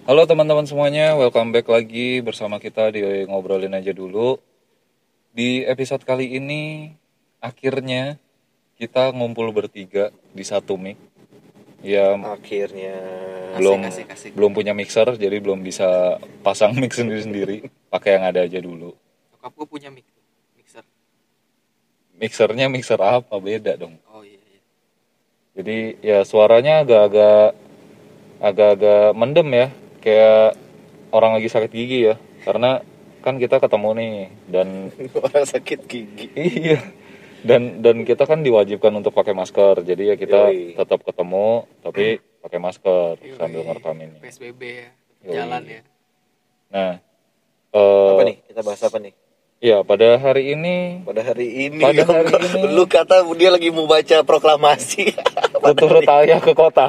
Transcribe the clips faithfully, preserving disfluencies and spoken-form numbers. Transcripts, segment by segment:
Halo teman-teman semuanya, welcome back lagi bersama kita di Ngobrolin Aja Dulu. Di episode kali ini, akhirnya kita ngumpul bertiga di satu mic. Ya, Akhirnya belum asik, asik. belum punya mixer, jadi belum bisa pasang mic sendiri-sendiri. Pakai yang ada aja dulu. Nyokap gue punya mic, mixer. Mixernya mixer apa? Beda dong. Oh iya, iya. Jadi ya suaranya agak-agak agak-agak mendem ya, kayak orang lagi sakit gigi ya. Karena kan kita ketemu nih dan orang sakit gigi. iya. Dan dan kita kan diwajibkan untuk pakai masker. Jadi ya kita Yoi. tetap ketemu tapi pakai masker Yoi. sambil ngerekam ini. P S B B ya, Yoi. jalan ya. Nah, eh, Apa nih? Kita bahas apa nih? ya pada hari ini Pada hari ini. Pada hari kok, ini. Lu kata dia lagi mau baca proklamasi. turut ayah ke kota.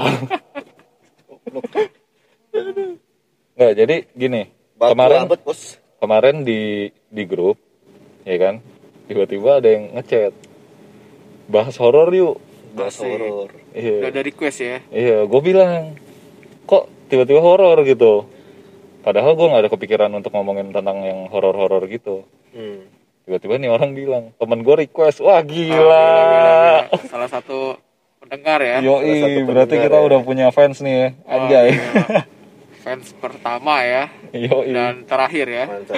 Nggak, jadi gini. Baku kemarin abet, bos. kemarin di di grup, ya kan? Tiba-tiba ada yang ngechat. Bahas horor yuk. Bahas Asik. horor. Iya. Udah ada request ya. Iya, gue bilang, kok tiba-tiba horor gitu. Padahal gue nggak ada kepikiran untuk ngomongin tentang yang horor-horor gitu. Hmm. Tiba-tiba nih orang bilang, temen gue request, wah gila. Oh, gila, gila, gila. Salah satu pendengar ya. Salah satu Yoi, berarti pendengar kita ya. udah punya fans nih ya, Wah, anjay. gila. Fans pertama ya Yoi. dan terakhir ya. Mantap.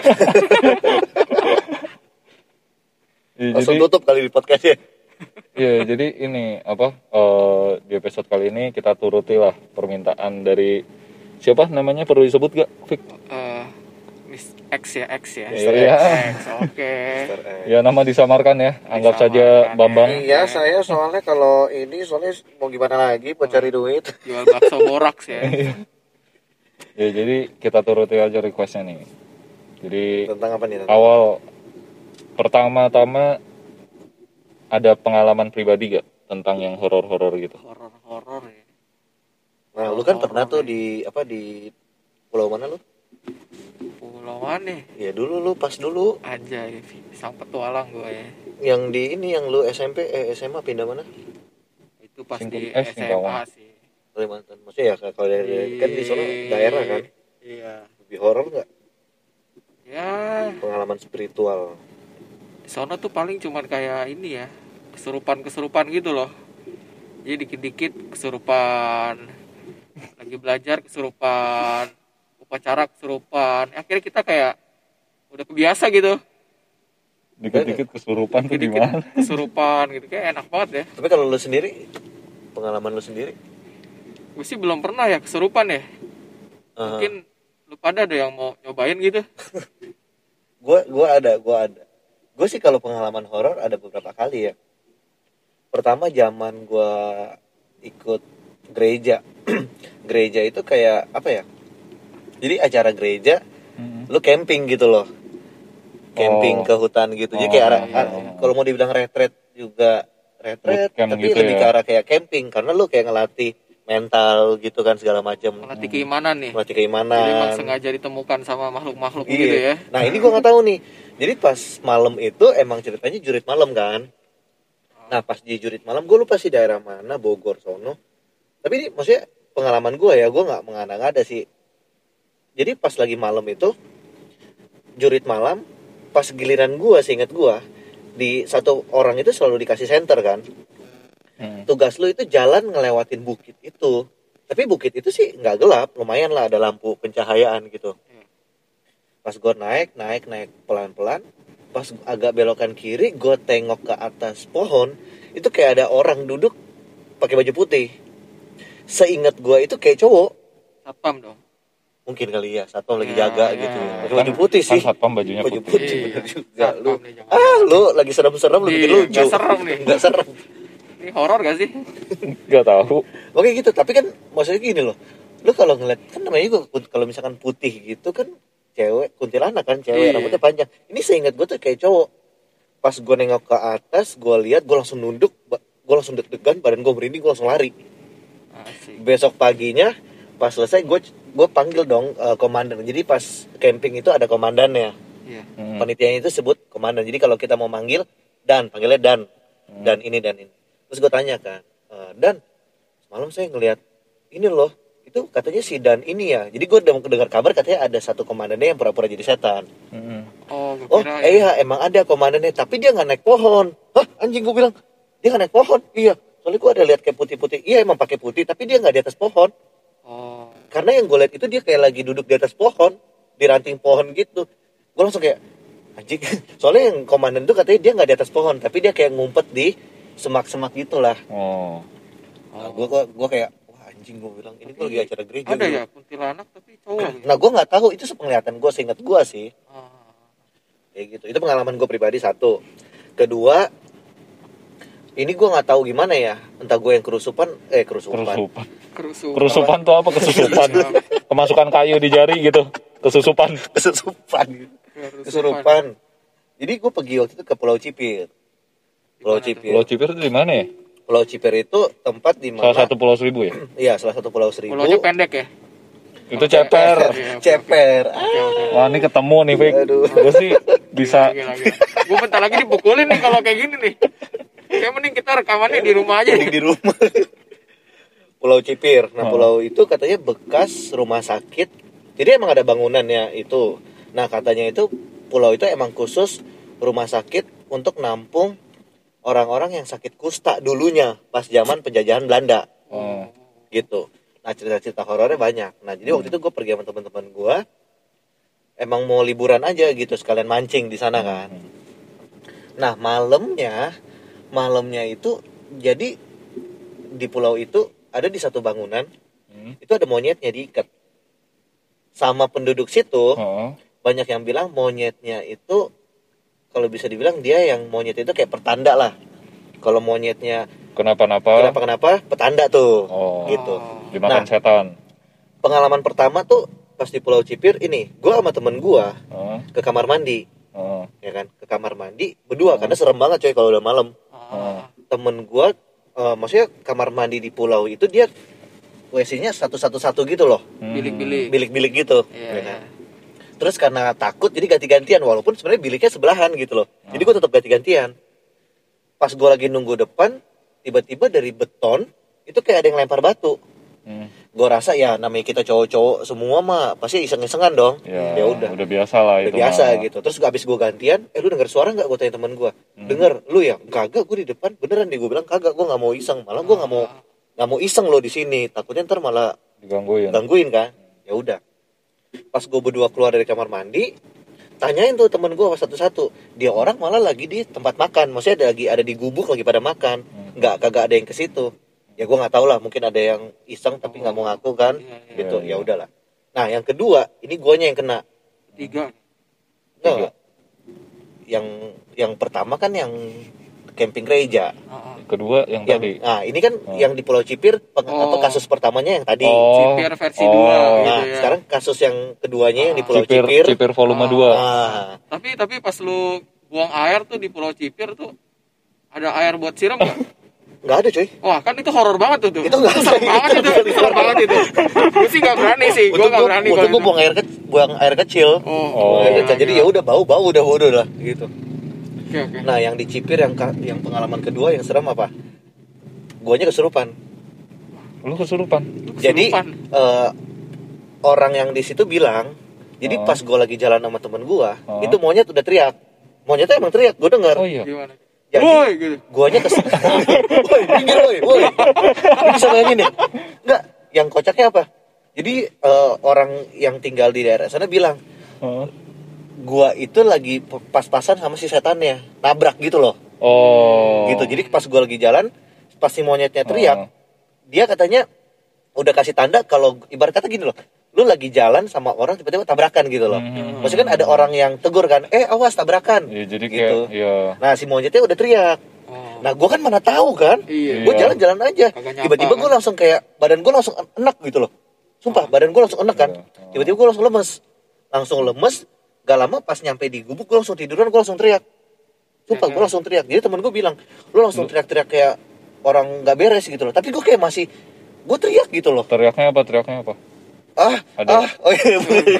Iya, Langsung jadi, tutup kali di podcastnya. iya, jadi ini apa? eh, di episode kali ini kita turuti lah permintaan dari siapa namanya, perlu disebut gak? Fik? Eh, Miss X ya, X ya. Iya. X, oke. Mister X. Ya nama disamarkan ya, anggap saja Disamarkan, Bambang. ya. Iya, saya soalnya kalau ini soalnya mau gimana lagi buat cari duit. Jual bakso boraks ya. Ya jadi kita turuti aja requestnya nih. Jadi Tentang apa nih? Tentang? awal pertama-tama ada pengalaman pribadi gak tentang yang horor-horor gitu? Horor-horor ya. Nah, lu kan Horor pernah tuh ya. di apa di pulau mana lu? Pulau mana? Ya dulu lu pas dulu Anjay, sang petualang gue ya. yang di ini yang lu S M P eh S M A pindah mana? Itu pas Singkong- di eh, S M A Singkawang. sih. Kalimantan. Maksudnya ya kalau dari kan di sana daerah kan Iya. lebih horor nggak Ya, pengalaman spiritual? di sono tuh paling cuman kayak ini ya, kesurupan-kesurupan gitu loh. Jadi dikit-dikit kesurupan, lagi belajar kesurupan, upacara kesurupan. Akhirnya kita kayak udah kebiasa gitu. Dikit-dikit kesurupan tuh Dikit-dikit gimana? kesurupan gitu, kayak enak banget ya. Tapi kalau lu sendiri, pengalaman lu sendiri? Gue sih belum pernah ya kesurupan ya. Uh, Mungkin lu pada ada yang mau nyobain gitu. Gue gue ada gue ada. Gue sih kalau pengalaman horor ada beberapa kali ya. Pertama zaman gue ikut gereja. Gereja itu kayak apa ya? Jadi acara gereja, Mm-mm. lu camping gitu loh. Camping Oh. ke hutan gitu. Jadi Oh, kayak arah, iya, ar- iya. kalau mau dibilang retret juga retret, Bootcamp tapi gitu lebih ya. ke arah kayak camping karena lu kayak ngelatih mental gitu kan segala macam. Melatih keimanan nih. Melatih Jadi emang keimanan. sengaja ditemukan sama makhluk-makhluk Iya. gitu ya. Nah ini gue nggak tahu nih. Jadi pas malam itu emang ceritanya jurit malam kan. Nah pas di jurit malam gue lupa sih daerah mana, Bogor sono. Tapi ini maksudnya pengalaman gue ya, gue nggak mengada-ngada sih. Jadi pas lagi malam itu jurit malam, pas giliran gue, seingat gue, di satu orang itu selalu dikasih senter kan. Mm. Tugas lu itu jalan ngelewatin bukit itu. Tapi bukit itu sih nggak gelap, lumayan lah ada lampu pencahayaan gitu. Pas gue naik, naik, naik pelan-pelan. Pas agak belokan kiri, gue tengok ke atas pohon. Itu kayak ada orang duduk pakai baju putih. Seingat gue itu kayak cowok. Satpam dong. Mungkin kali ya, satpam lagi Ya, jaga ya. gitu. Pakai baju putih sih. Kan satpam bajunya Baju putih. putih, Iya. bener juga. Lu, Satpam nih, jangan. ah, lu lagi serem-serem, lu bikin Iya, lucu. nggak serem nih. Nggak serem. Ini horor gak sih? Gak tahu. Oke gitu, tapi kan maksudnya gini loh. Lu kalau ngeliat, kan namanya juga kun- kalau misalkan putih gitu kan cewek, kuntilanak kan cewek, Iya. rambutnya panjang. Ini seingat gue tuh kayak cowok. Pas gue nengok ke atas, gue lihat, gue langsung nunduk, gue langsung deg-degan, badan gue merinding, gue langsung lari. Asik. Besok paginya, pas selesai gue gue panggil dong eh, komandan. Jadi pas camping itu ada komandannya. Iya. Mm. Panitianya itu sebut komandan. Jadi kalau kita mau manggil Dan, panggilnya Dan, dan ini dan ini. Terus gue tanya kan, e, Dan, semalam saya ngelihat ini loh, itu katanya si Dan ini ya. Jadi gue udah dengar kabar katanya ada satu komandannya yang pura-pura jadi setan. Mm-hmm. Oh, gue Oh kira eh, iya emang ada komandannya, tapi dia nggak naik pohon. Hah anjing, gue bilang dia nggak naik pohon. Iya, soalnya gue ada lihat kayak putih-putih. Iya emang pakai putih, tapi dia nggak di atas pohon. Oh, Karena yang gue lihat itu dia kayak lagi duduk di atas pohon, di ranting pohon gitu. Gue langsung kayak anjing. Soalnya yang komandan itu katanya dia nggak di atas pohon, tapi dia kayak ngumpet di semak-semak gitulah. Oh. Nah, gue gue gue kayak wah anjing, gue bilang ini gue lagi acara gereja. ada gitu. ya kuntilanak tapi cowok gitu. Nah gue nggak tahu itu sepenglihatan gue, seingat gue sih Ah. kayak gitu. Itu pengalaman gue pribadi satu. Kedua, ini gue nggak tahu gimana ya, entah gue yang kerusupan eh kerusupan Kerusupan. Kerusuhan. Kerusupan tuh apa? Kesusupan. Kemasukan kayu di jari gitu. Kesusupan. kesusupan kesurupan. Jadi gue pergi waktu itu ke Pulau Cipir. Pulau Gimana Cipir. Pulau Cipir itu di mana ya? Pulau Cipir itu tempat di mana? Salah satu pulau seribu ya? Iya, salah satu pulau seribu. Pulaunya pendek ya? Itu ceper. Iya, oke, Ceper. oke. Oke, oke. Wah ini ketemu nih Fik. Aduh. Gue sih bisa. Gue bentar lagi dipukulin nih kalau kayak gini nih. Kayak mending kita rekamannya di rumah aja. Mending di rumah. Pulau Cipir. Nah, Oh. pulau itu katanya bekas rumah sakit. Jadi emang ada bangunannya itu. Nah, katanya itu pulau itu emang khusus rumah sakit untuk nampung orang-orang yang sakit kusta dulunya pas zaman penjajahan Belanda. Oh. Gitu. Nah, cerita-cerita horornya banyak. Nah, jadi waktu itu gue pergi sama teman-teman gue, emang mau liburan aja gitu, sekalian mancing di sana kan. Nah, malamnya, malamnya itu jadi di pulau itu ada di satu bangunan, Hmm. itu ada monyetnya diikat. Sama penduduk situ, Oh. banyak yang bilang monyetnya itu, kalau bisa dibilang dia yang monyet itu kayak pertanda lah. Kalau monyetnya Kenapa-napa? kenapa-kenapa, petanda tuh. Oh. Gitu. Dimakan Nah. setan. Pengalaman pertama tuh pas di Pulau Cipir ini, gue sama temen gue Oh. ke kamar mandi, Oh. ya kan, ke kamar mandi berdua karena serem banget coy kalau udah malam. Ah. Temen gue, uh, maksudnya kamar mandi di pulau itu dia W C-nya satu-satu-satu gitu loh, Hmm. Bilik-bilik. bilik-bilik gitu. Iya, ya iya. kan? Terus karena takut jadi ganti-gantian, walaupun sebenarnya biliknya sebelahan gitu loh. Jadi gue tetap ganti-gantian. Pas gue lagi nunggu depan, tiba-tiba dari beton itu kayak ada yang lempar batu. Hmm. Gue rasa ya namanya kita cowok-cowok semua mah pasti iseng-isengan dong. Ya, Ya udah. udah biasa lah Udah itu. biasa mah. gitu. Terus abis gue gantian, eh lu denger suara nggak? Gue tanya teman gue. Hmm. Denger, lu ya? Kagak, gue di depan. Beneran deh, gue bilang kagak. Gue nggak mau iseng. Malah gue nggak mau nggak mau iseng lo di sini. Takutnya ntar malah Digangguin. gangguin kan. Ya udah. Pas gue berdua keluar dari kamar mandi, tanyain tuh temen gue satu-satu. Dia orang malah lagi di tempat makan. Maksudnya ada lagi ada di gubuk lagi pada makan. Hmm. Nggak kagak ada yang ke situ. Ya gue nggak tahu lah. Mungkin ada yang iseng tapi nggak mau ngaku kan. Iya, iya. Gitu. Iya, iya. Ya udahlah. Nah yang kedua, ini guanya yang kena. Tiga. Nggak, yang yang pertama kan yang camping gereja. Ah, ah. Kedua yang Yang, tadi. nah ini kan Oh. yang di Pulau Cipir peng- Oh. apa kasus pertamanya yang tadi. Oh. Cipir versi Oh. dua gitu Nah ya. sekarang kasus yang keduanya yang di Ah. Pulau Cipir, Cipir. Cipir volume Ah. dua. Nah, Tapi tapi pas lu buang air tuh di Pulau Cipir tuh ada air buat siram nggak? nggak ada coy. Wah kan itu horor banget tuh tuh. Itu nggak ada. serem banget Itu itu, nggak itu serem ada. banget itu. Gue sih nggak berani sih, gue Untuk nggak gua- berani. untuk kalau gue itu. buang air ke, buang air kecil. Oh, Oh. Buang air iya, kecil. Jadi iya. ya udah bau bau udah udah lah gitu. Oke oke. Nah yang di Cipir yang ka- yang pengalaman kedua yang serem apa? Guanya kesurupan. Lu kesurupan. Jadi Kesurupan. eh, orang yang di situ bilang, jadi Oh. pas gue lagi jalan sama temen gue, Oh. itu monyet udah teriak. Monyetnya emang teriak, gue denger. Oh iya. Gimana? Jadi Woi gitu. guanya kes, woi pinggir woi, woi. Lu bisa bayangin deh, nggak? Yang kocaknya apa? Jadi eh, orang yang tinggal di daerah sana bilang, Oh. gua itu lagi pas-pasan sama si setannya, nabrak gitu loh, Oh. gitu. Jadi pas gua lagi jalan, pas si monyetnya teriak, Oh. dia katanya udah kasih tanda kalau ibarat kata gini loh, lu lagi jalan sama orang tiba-tiba tabrakan gitu loh. Hmm. Maksudnya kan ada orang yang tegur kan, eh awas tabrakan. Iya, jadi kayak gitu. iya. Nah si monyetnya udah teriak. Oh. Nah gue kan mana tahu kan, Iya. gue jalan-jalan aja. Kagak nyapa, Tiba-tiba gue kan? langsung kayak badan gue langsung enak gitu loh. Sumpah badan gue langsung enak kan. Iya. Tiba-tiba gue langsung lemes, langsung lemes. Gak lama pas nyampe di gubuk gue langsung tiduran, gue langsung teriak. Sumpah gue langsung teriak. Jadi temen gue bilang, lu langsung teriak-teriak kayak orang nggak beres gitu loh. Tapi gue kayak masih, gue teriak gitu loh. Teriaknya apa? Teriaknya apa? Ah, Ada. ah, oh iya.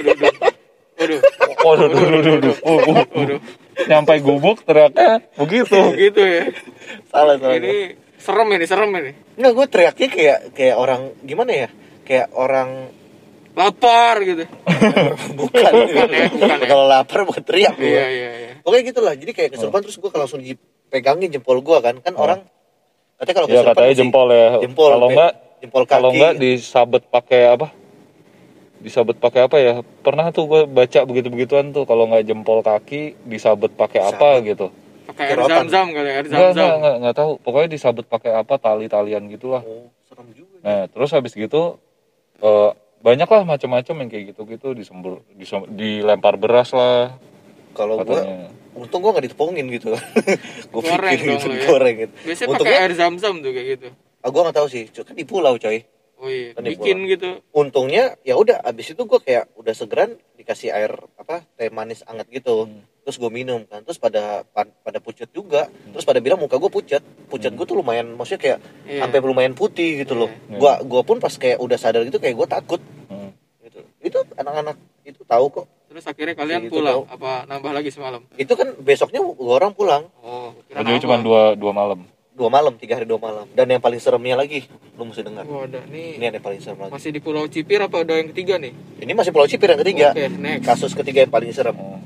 Waduh. Oh, duh, duh, duh, duh, duh. Uh, uh, uh. Nyampe gubuk teriaknya begitu. Gitu ya. salah salah. Ini serem ini, serem ini. Nggak, gue teriaknya kayak kayak orang gimana ya? kayak orang lapar gitu. bukan, Bukan ya, bukan ya. Kalau lapar buat teriak gue. Iya iya iya. Oke gitulah. Jadi kayak kesurupan terus gue langsung dipegangin jempol gue kan. Kan Oh. orang katanya kalau Ya kesurupan katanya mesti jempol ya. Jempol. Kalau pe- enggak jempol kaki. kalau enggak disabet pakai apa? Disabet pakai apa ya? Pernah tuh gue baca begitu-begituan tuh, kalau nggak jempol kaki disabet pakai apa Disabet. gitu. Pakai air Kerotan. zam-zam kali, air Enggak, enggak, zam-zam. enggak, enggak tahu. Pokoknya disabet pakai apa, tali-talian gitulah. Oh, serem juga. Nah, terus habis gitu eh, banyak lah macam-macam yang kayak gitu-gitu, disembur, disem- dilempar beras lah Kalau gue katanya. untung gue nggak ditepungin gitu. gue Goreng pikir dong gitu lu ya. goreng gitu. Biasanya pakai Untungnya air zam-zam tuh kayak gitu. ah, gue nggak tahu sih. Kan di pulau coy. Oh iya, Kan di bikin pulau. gitu. Untungnya ya udah abis itu gue kayak udah segeran dikasih air apa teh manis anget gitu. Hmm. Terus gue minum kan. Terus pada pa- pada pucet juga. Terus pada bilang muka gue pucet. Pucet Hmm. gue tuh lumayan maksudnya kayak Iya. sampai lumayan putih gitu loh. Iya. Gua gua pun pas kayak udah sadar gitu kayak gue takut Hmm. gitu. Itu anak-anak itu tahu kok. Terus akhirnya kalian Kayak gitu pulang tau. apa nambah lagi semalam? Itu kan besoknya gua orang pulang Oh, kira Jadi nambah. cuma dua dua malam. dua malam, tiga hari dua malam. Dan yang paling seremnya lagi, lu mesti dengar. Oh, ada nih. Ini yang paling serem lagi. Masih di Pulau Cipir apa udah yang ketiga nih? Ini masih Pulau Cipir yang ketiga. Oke, next. Kasus ketiga yang paling serem. Oh.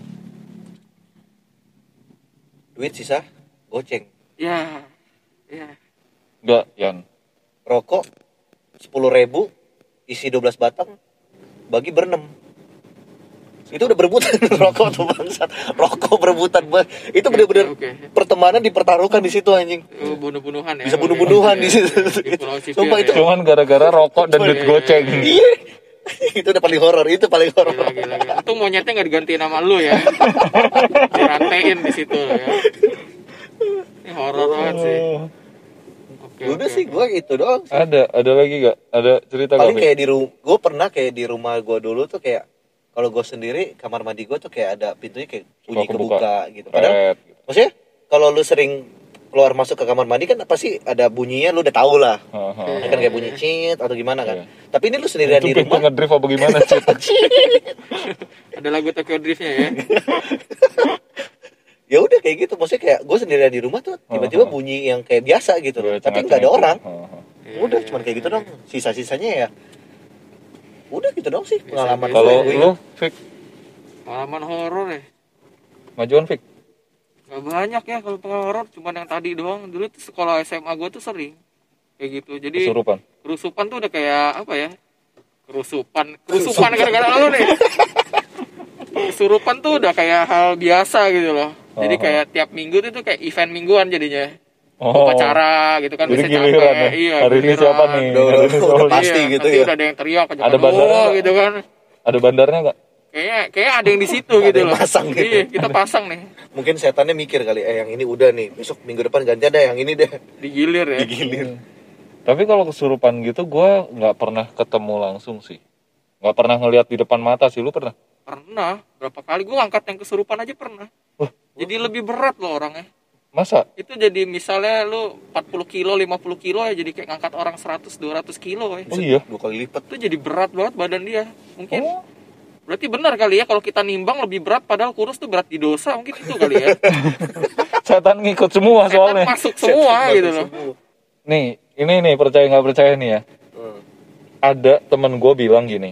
Duit sisa goceng. Ya. Ya. Enggak, Yan. Rokok sepuluh ribu isi dua belas batang bagi berenam. Itu udah berebutan rokok tuh bangsat. Rokok berebutan Bang. Itu bener-bener Oke, oke. pertemanan dipertaruhkan di situ anjing. Oh, bunuh-bunuhan ya. Bisa Oke. bunuh-bunuhan Oke. di situ. Di Pulau Cipir. Sumpah itu- ya. Cuman gara-gara rokok dan duit goceng. Iya. Itu udah paling horor, itu paling horor. Gila, gila, gila. Itu monyetnya nggak digantiin nama lu ya. Dirantein di situ loh ya. Ini horor banget sih. Oh. Oke, Udah oke, sih oke. gua itu doang sih. Ada, ada lagi gak? Ada cerita Paling gak? kayak di rumah, gue pernah kayak di rumah gue dulu tuh kayak kalau gue sendiri kamar mandi gue tuh kayak ada pintunya kayak bunyi Suka kebuka. kebuka gitu. Padahal Red, gitu. maksudnya kalau lu sering keluar masuk ke kamar mandi kan pasti ada bunyinya lu udah tahu lah. Haha. Iya. Kan kayak bunyi cit atau gimana kan. Iya. Tapi ini lu sendirian Itu di pintu rumah. ngedrift apa gimana sih? Ada lagu Tokyo Drift-nya ya. Ya udah kayak gitu. Maksudnya kayak gue sendirian di rumah tuh tiba-tiba Haha. bunyi yang kayak biasa gitu loh. Iya, Tapi cengak-cengak nggak ada itu. orang. Haha. Iya, Udah iya, cuman kayak iya, gitu iya. dong. Sisa-sisanya ya. Udah gitu dong sih Biasa, pengalaman biasa. Kalau gue. lu, Fik, Pengalaman horor ya. majuan Fik? Gak banyak ya kalau pengalaman horor, cuman yang tadi doang. Dulu tuh sekolah S M A gue tuh sering kayak gitu. Jadi Kesurupan. kerusupan tuh udah kayak apa ya? Kerusupan, kerusupan gara-gara lu nih. Kesurupan tuh udah kayak hal biasa gitu loh. Jadi Oh. kayak tiap minggu tuh, tuh kayak event mingguan jadinya. Oh. Upacara gitu kan, Jadi biasanya giliran capek. ya? Iya, Hari ini giliran. siapa nih? Udah, udah, Hari ini udah siapa nih? pasti Iya, gitu nanti ya. udah ada yang teriak Ada "Jangan bandarnya oh," nggak? gitu kan. Ada bandarnya gak? Kayaknya kayak ada yang di situ Ada gitu yang loh. pasang gitu. Iya, kita pasang nih. Mungkin setannya mikir kali, eh yang ini udah nih, besok minggu depan ganti ada yang ini deh. Digilir ya. Digilir. Tapi kalau kesurupan gitu gue nggak pernah ketemu langsung sih. Nggak pernah ngelihat di depan mata sih. Lu pernah? Pernah, berapa kali gue angkat yang kesurupan aja pernah. Wah. Jadi lebih berat loh orangnya. Masa? Itu jadi misalnya lu empat puluh kilo, lima puluh kilo ya, jadi kayak ngangkat orang seratus dua ratus kilo ya. Oh iya? Dua kali lipat. Itu jadi berat banget badan dia. Mungkin Oh. berarti benar kali ya kalau kita nimbang lebih berat padahal kurus tuh berat di dosa, mungkin itu kali ya. Setan ngikut semua Setan soalnya. masuk semua Setan gitu bagus loh. semua. Nih, ini nih percaya nggak percaya nih ya. Hmm. Ada temen gue bilang gini.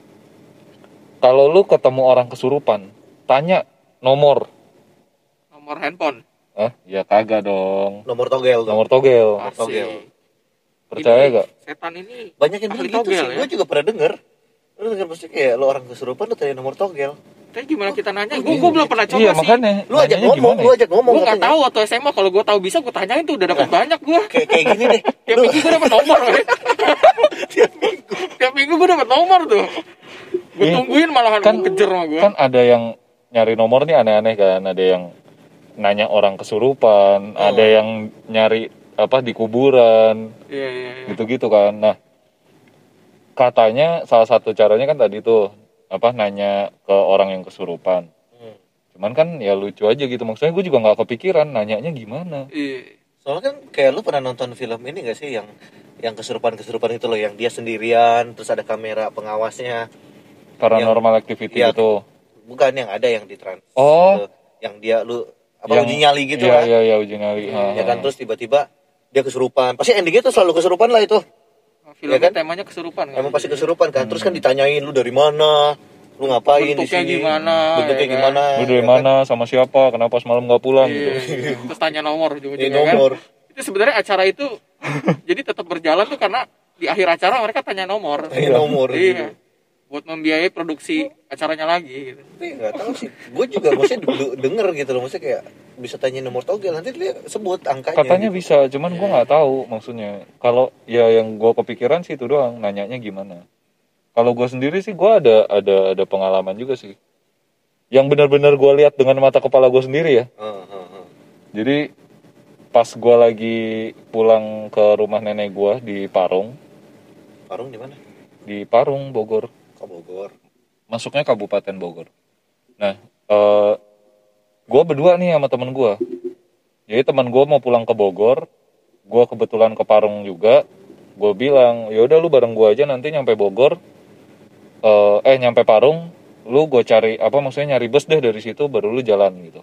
Kalau lu ketemu orang kesurupan, tanya nomor. Nomor handphone. Ah, ya kagak dong. Nomor togel tuh. Nomor togel. Asik. togel. Percaya Ini gak? Setan ini Banyak yang ahli bilang gitu togel sih. ya. Gue juga pernah denger. Lu denger maksudnya kayak lu orang kesurupan lu tanya nomor togel. Tapi gimana kita nanya? Gue gue belum pernah coba Iya sih. makanya. Lu ajak nanyanya ngomong, gimana lu ya? ajak ngomong Gue nggak katanya. tahu waktu S M A, kalau gue tahu bisa gue tanyain tuh udah dapat banyak gue. Kayak kayak gini deh. Tiap Lu minggu gue dapat nomor. woy. tiap minggu. Tiap minggu gue dapat nomor tuh. Gue Iya. tungguin malahan Kan- gue kejar sama gue. Kan ada yang nyari nomor nih aneh-aneh kan. Ada yang nanya orang kesurupan. Oh. Ada yang nyari apa di kuburan. Iya iya iya. Gitu-gitu kan. Nah, katanya salah satu caranya kan tadi tuh apa nanya ke orang yang kesurupan. Hmm. Cuman kan ya lucu aja gitu. Maksudnya gue juga nggak kepikiran nanyanya gimana. Iya. Soalnya kan kayak lu pernah nonton film ini gak sih yang yang kesurupan-kesurupan itu loh, yang dia sendirian terus ada kamera pengawasnya. Paranormal activity Iya. gitu. Bukan yang ada yang di trans. Oh. gitu. Yang dia lu apa Yang- uji nyali gitu Iya, kan. iya, iya, uji nyali. Iya, Ya kan terus tiba-tiba dia kesurupan. Pasti endingnya tuh selalu kesurupan lah itu. filmnya ya kan? temanya kesurupan kan. Emang pasti kesurupan kan. Terus kan ditanyain lu dari mana, lu ngapain di Bentuknya sini, gimana, bentuknya ya kan? gimana, Lu dari ya kan? mana, sama siapa, kenapa semalam nggak pulang Iya, gitu. iya. Terus tanya nomor Ini ujung-ujungnya kan. nomor. Itu sebenarnya acara itu jadi tetap berjalan tuh karena di akhir acara mereka tanya nomor. Tanya nomor. Iya. Buat membiayai produksi acaranya lagi gitu. Tapi nggak tahu sih. Gue juga maksudnya d- denger gitu loh, maksudnya kayak bisa tanya nomor togel, nanti dia sebut angkanya. Katanya gitu. bisa, cuman gue nggak tahu maksudnya. Kalau ya yang gue kepikiran sih itu doang, nanyanya gimana. Kalau gue sendiri sih gue ada ada ada pengalaman juga sih. Yang benar-benar gue lihat dengan mata kepala gue sendiri ya. Heeh, heeh. Jadi pas gue lagi pulang ke rumah nenek gue di Parung, Parung di mana? di Parung Bogor, Ke Bogor. masuknya Kabupaten Bogor. Nah, eh, gue berdua nih sama temen gue. Jadi teman gue mau pulang ke Bogor, gue kebetulan ke Parung juga. Gue bilang, ya udah lu bareng gue aja, nanti nyampe Bogor, eh, eh nyampe Parung, lu gue cari apa maksudnya nyari bus deh dari situ, baru lu jalan gitu.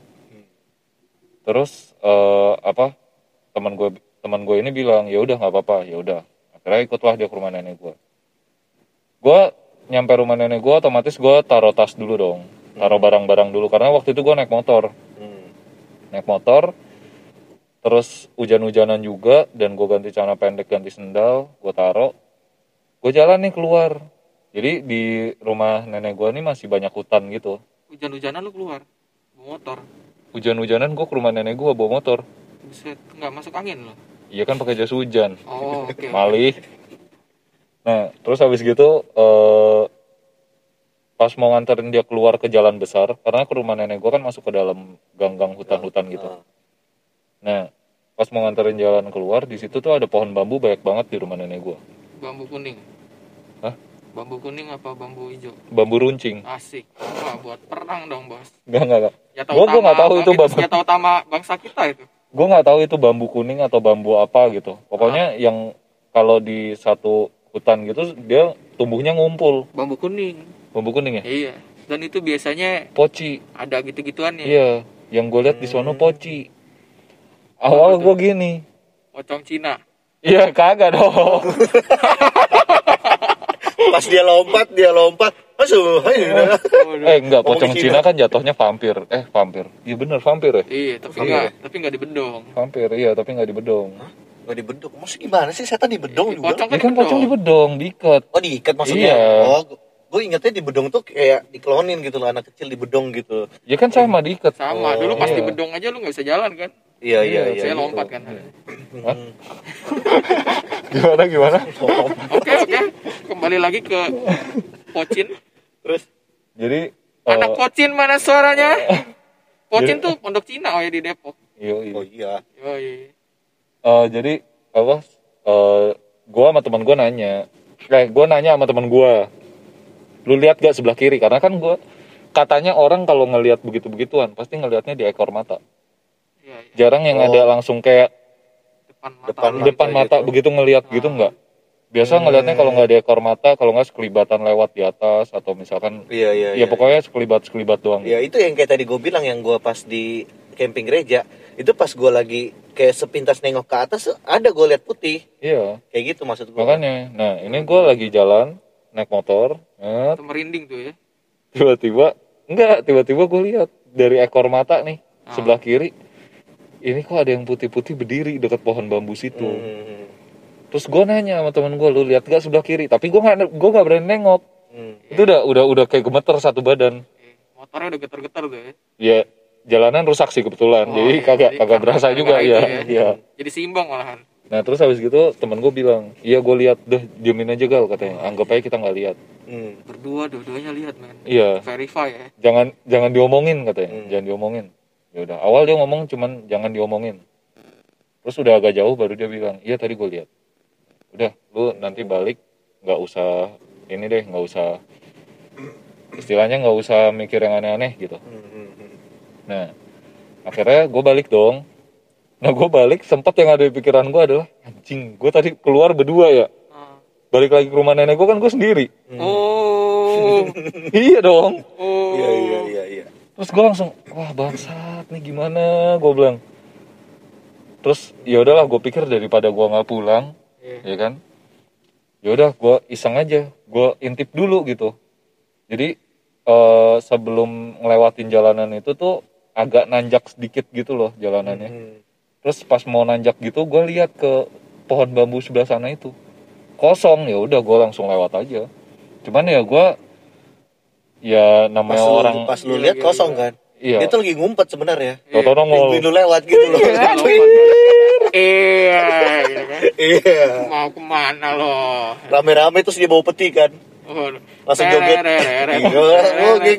Terus eh, apa teman gue teman gue ini bilang, ya udah nggak apa-apa, ya udah. Akhirnya ikutlah dia ke rumah nenek gue. Gue nyampe rumah nenek gue, otomatis gue taruh tas dulu dong, taruh barang-barang dulu karena waktu itu gue naik motor, Hmm. naik motor. Terus hujan-hujanan juga, dan gue ganti celana pendek, ganti sendal, gue taruh, gue jalan nih keluar. Jadi di rumah nenek gue nih masih banyak hutan gitu. Hujan-hujanan lu keluar bawa motor. Hujan-hujanan gue ke rumah nenek gue bawa motor. Buset, nggak masuk angin loh. Iya kan pakai jas hujan, Oh, oke. malih. Nah terus habis gitu eh, pas mau nganterin dia keluar ke jalan besar, karena ke rumah nenek gue kan masuk ke dalam gang-gang hutan-hutan gitu. Ah. Nah pas mau nganterin jalan keluar, di situ tuh ada pohon bambu banyak banget di rumah nenek gue. Bambu kuning. Hah? Bambu kuning apa bambu hijau? Bambu runcing. Asik. Wah, buat perang dong, Bos. Enggak, enggak, enggak. Senjata Gua- gua utama, nggak tahu itu itu bambu. senjata utama bangsa kita itu. Gue nggak tahu itu bambu kuning atau bambu apa gitu. Pokoknya yang kalau di satu hutan gitu dia tumbuhnya ngumpul. Bambu kuning. Bambu kuning ya? Iya. Dan itu biasanya Poci. ada gitu-gituannya. Iya, yang gue lihat di sono Hmm. poci. Awal Apa gue gini. Pocong Cina. Iya, kagak dong. Pas dia lompat, dia lompat. Masuk. eh, enggak, Ngomongin pocong Cina kan jatuhnya vampir. Eh, vampir. Iya bener, vampir ya? Iya, tapi Iya. enggak, tapi enggak dibedong. Vampir, iya, tapi nggak dibedong. Gak dibedong. Maksudnya gimana sih? Setan dibedong juga? Pocong Ini kan kan pocong dibedong, diikat. Oh, diikat maksudnya? Iya. Oh, gue ingetnya dibedong tuh kayak diklonin gitu loh, anak kecil dibedong gitu. Ya kan sama diikat. Sama, Oh, dulu pas iya. dibedong aja lu nggak bisa jalan kan? Iya, iya, iya. Saya gitu. lompat kan. Hah? Gimana, gimana? Oke, oke. Kembali lagi ke Pocin. Terus Jadi, Anak eh, Pocin mana suaranya? Pocin Jadi- tuh pondok Cina oh ya di Depok. iya, iya. oh iya. Oh iya. Eh, jadi apa? Uh, gua sama teman gua nanya, kayak gua nanya sama teman gua, lu lihat gak sebelah kiri? Karena kan gua katanya orang kalau ngelihat begitu-begituan pasti ngelihatnya di ekor mata. Iya, iya. Jarang yang Oh. ada langsung kayak Depan mata. Depan lu. mata depan mata gitu. begitu ngelihat gitu Ah. nggak? Biasa Hmm. ngelihatnya kalau nggak di ekor mata, kalau nggak sekelibatan lewat di atas atau misalkan, Iya, iya, ya pokoknya sekelibat-sekelibat doang. Ya itu yang kayak tadi gue bilang, yang gue pas di camping gereja itu pas gue lagi kayak sepintas nengok ke atas ada gue lihat putih Iya, kayak gitu maksud gue. makanya. Nah ini gua lagi jalan naik motor, net, Itu merinding tuh ya. tiba-tiba enggak tiba-tiba gue lihat dari ekor mata nih Ah. sebelah kiri ini kok ada yang putih-putih berdiri dekat pohon bambu situ. Hmm. Terus gue nanya sama temen gue, lu lihat gak sebelah kiri? Tapi gue nggak gue nggak berani nengok. Hmm. Itu udah udah udah kayak gemeter satu badan. Eh, Motornya udah getar-getar tuh ya. Ya jalanan rusak sih kebetulan, Oh, jadi iya. kagak Jadi kagak karena- berasa karena juga itu ya. ya. Iya. Jadi seimbang malahan. Nah terus habis gitu temen gue bilang, iya gue lihat, deh diemin aja gal katanya, anggap aja kita nggak lihat. Hmm. Berdua dua-duanya lihat men. Iya. Verify ya. Jangan jangan diomongin katanya, Hmm. jangan diomongin. Ya udah, awal dia ngomong cuman jangan diomongin. Terus udah agak jauh baru dia bilang, iya tadi gue lihat. Udah, lu nanti balik, nggak usah ini deh, nggak usah istilahnya nggak usah mikir yang aneh-aneh gitu. Hmm, hmm, hmm. Nah, akhirnya gue balik dong. Nah gue balik, sempat yang ada di pikiran gue adalah, anjing, gue tadi keluar berdua ya. Ah. Balik lagi ke rumah nenek gue kan gue sendiri. Oh. Iya dong. Oh. Iya, iya, iya, iya. Terus gue langsung, wah bangsat nih gimana, gue bilang. Terus ya udahlah, gue pikir daripada gue nggak pulang, Iya. ya kan. ya udah gue iseng aja, gue intip dulu gitu. Jadi eh, sebelum ngelewatin jalanan itu tuh agak nanjak sedikit gitu loh jalanannya. Hmm. Terus pas mau nanjak gitu gue lihat ke pohon bambu sebelah sana itu kosong, ya udah gue langsung lewat aja. Cuman ya gue ya Pas namanya lu, orang pas lu Gila, lihat gila, kosong gila. kan. iya Dia tuh lagi ngumpet sebenarnya. tau-tau nongol. Nungguin lu lewat gitu loh. Iya, gitu kan. Iya. Mau kemana lo? Rame-rame terus dia bawa peti kan. Oh, Langsung joget. tereret, Iya, oh, geng.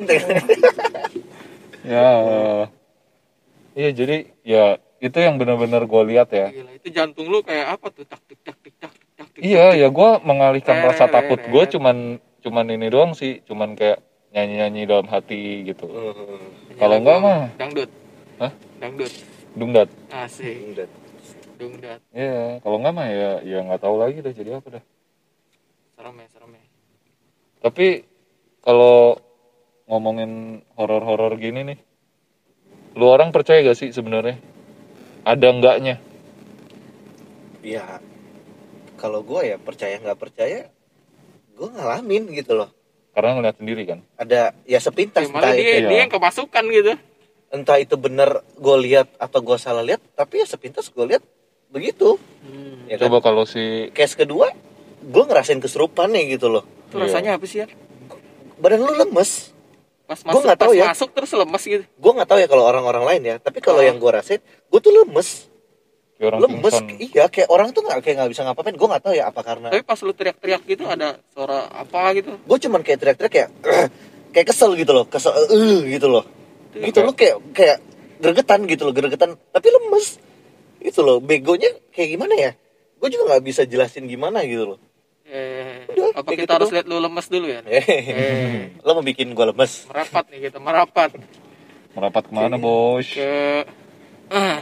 Ya iya, jadi ya itu yang benar-benar gue lihat ya. Gila, itu jantung lu kayak apa tuh? Tak tik tak tik tak tik tak tik. Iya ya, gue mengalihkan Teret, rasa takut gue teret. cuman cuman ini doang sih, cuman kayak nyanyi-nyanyi dalam hati gitu. Kalau enggak mah dangdut. Hah? Dangdut. dungdat. Asik. Dangdut. Iya, kalau enggak mah ya ya nggak tahu lagi dah jadi apa dah. Serem ya, serem ya. Tapi kalau ngomongin horor-horor gini nih, lu orang percaya gak sih sebenarnya? Ada enggaknya? Ya, kalau gue ya percaya nggak percaya, gue ngalamin gitu loh. Karena ngeliat sendiri kan. Ada ya sepintas Ya, malah entah dia, itu, iya. dia yang kemasukan gitu. entah itu bener gue lihat atau gue salah lihat, tapi ya sepintas gue lihat begitu. Hmm. Ya kan? Coba kalau si Case kedua, gue ngerasain kesurupan nih gitu loh. Itu Iya. rasanya apa sih ya? Badan lu lemes. Pas Gua masuk, nggak tahu pas ya. masuk terus lemes gitu. Gue nggak tahu ya kalau orang-orang lain ya, tapi kalau Oh. yang gue rasain, gue tuh lemes. kayak orang Lemes, pingsan. iya kayak orang tuh nggak kayak nggak bisa ngapain. Gue nggak tahu ya apa karena Tapi pas lu teriak-teriak gitu ada suara apa gitu. gue cuman kayak teriak-teriak kayak kayak kesel gitu loh, kesel eh gitu loh. Gitu lo kayak kayak gregetan gitu loh, gregetan tapi lemes. Itu loh, begonya kayak gimana ya? Gue juga nggak bisa jelasin gimana gitu loh. Eh, Udah, apa kayak kita gitu harus doang. lihat lu lemes dulu ya? Eh, Eh, lo mau bikin gue lemes? merapat nih kita, merapat Merapat kemana bos? ke ah,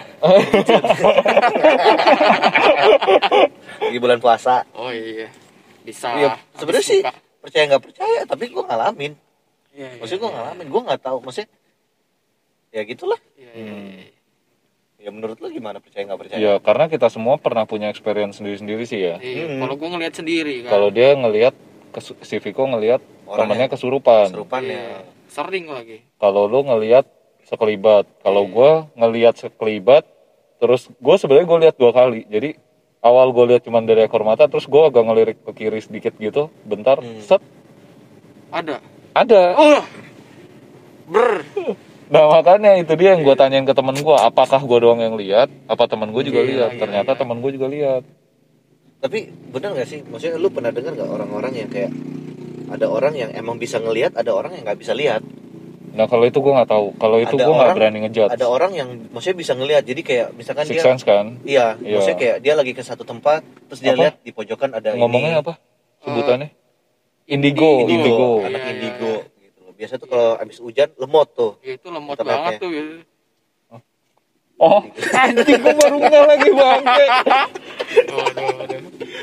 Di bulan puasa. oh iya. Bisa. Iya, habis sebenarnya sih buka. percaya nggak percaya, tapi gue ngalamin. Iya, iya, Maksudnya gue iya. ngalamin, gue nggak tahu. Maksudnya ya gitulah. Iya, iya, Hmm. iya. Ya menurut lo gimana percaya nggak percaya? Ya karena kita semua pernah punya experience sendiri-sendiri sih ya. Iya, Hmm. kalau gue ngelihat sendiri kan. Kalau dia ngelihat kesu- si Viko ngelihat Orang temennya yang kesurupan. Kesurupan Iya, ya. sering lagi. Kalau lu ngelihat sekelibat. Kalau Iya. gua ngelihat sekelibat, terus gua sebenarnya gua lihat dua kali. Jadi awal gua lihat cuma dari ekor mata, terus gua agak ngelirik ke kiri sedikit gitu, bentar, Hmm. set, Ada. ada. Oh. Ber. Nah makanya itu dia yang gua tanyain ke temen gua, apakah gua doang yang lihat, apa temen gua juga Iya, lihat? iya, Ternyata iya. temen gua juga lihat. Tapi bener gak sih? Maksudnya lu pernah dengar gak orang-orang yang kayak ada orang yang emang bisa ngelihat, ada orang yang nggak bisa lihat. Nah kalau itu gua nggak tahu, kalau itu Ada gua nggak orang- berani ngejudge. Ada orang yang maksudnya bisa ngelihat. Jadi kayak misalkan Six dia sense kan? iya, Iya. maksudnya kayak dia lagi ke satu tempat, terus dia Apa? lihat di pojokan ada Ngomongnya ini. apa? Sebutannya? Indigo, Indigo. indigo. Anak Iya, iya, indigo iya. gitu loh. Biasa tuh kalau abis hujan lemot tuh. Ya, itu lemot Internetnya. banget tuh gitu. Oh, anjing gua baru nggak lagi bangke. Aduh, aduh.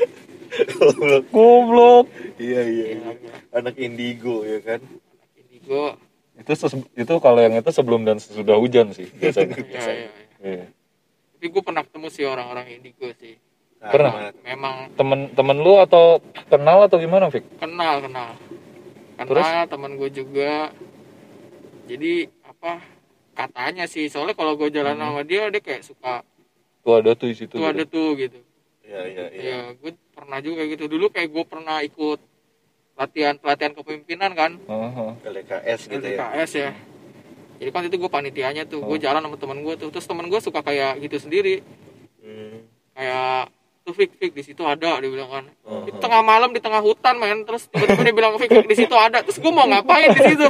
Goblok. Iya iya. Iya, iya. Anak indigo ya kan. Indigo. Itu ses- itu kalau yang itu sebelum dan sesudah hujan sih biasanya. Iya, iya, iya. Iya. Tapi gue pernah ketemu sih orang-orang indigo sih. Nah, Pernah? gimana tuh? Memang Temen-temen lu atau kenal atau gimana, Fik? kenal kenal kenal Terus? teman gue juga. Jadi apa katanya sih, soalnya kalau gue jalan Hmm. sama dia dia kayak suka Tuh ada tuh di situ. tuh ada tuh gitu. Iya iya iya. Ya gue pernah juga gitu dulu, kayak gue pernah ikut latihan pelatihan kepemimpinan kan, Heeh. L K S gitu L K S ya. ya. Jadi kan itu gue panitianya tuh, gue Oh. jalan sama teman gue tuh, terus teman gue suka kayak gitu sendiri, Hmm. kayak tuh Fik Fik di situ ada, dia bilang kan. Oh. Di tengah malam di tengah hutan men, terus tiba-tiba dia bilang Fik Fik di situ ada, terus gue mau ngapain di situ?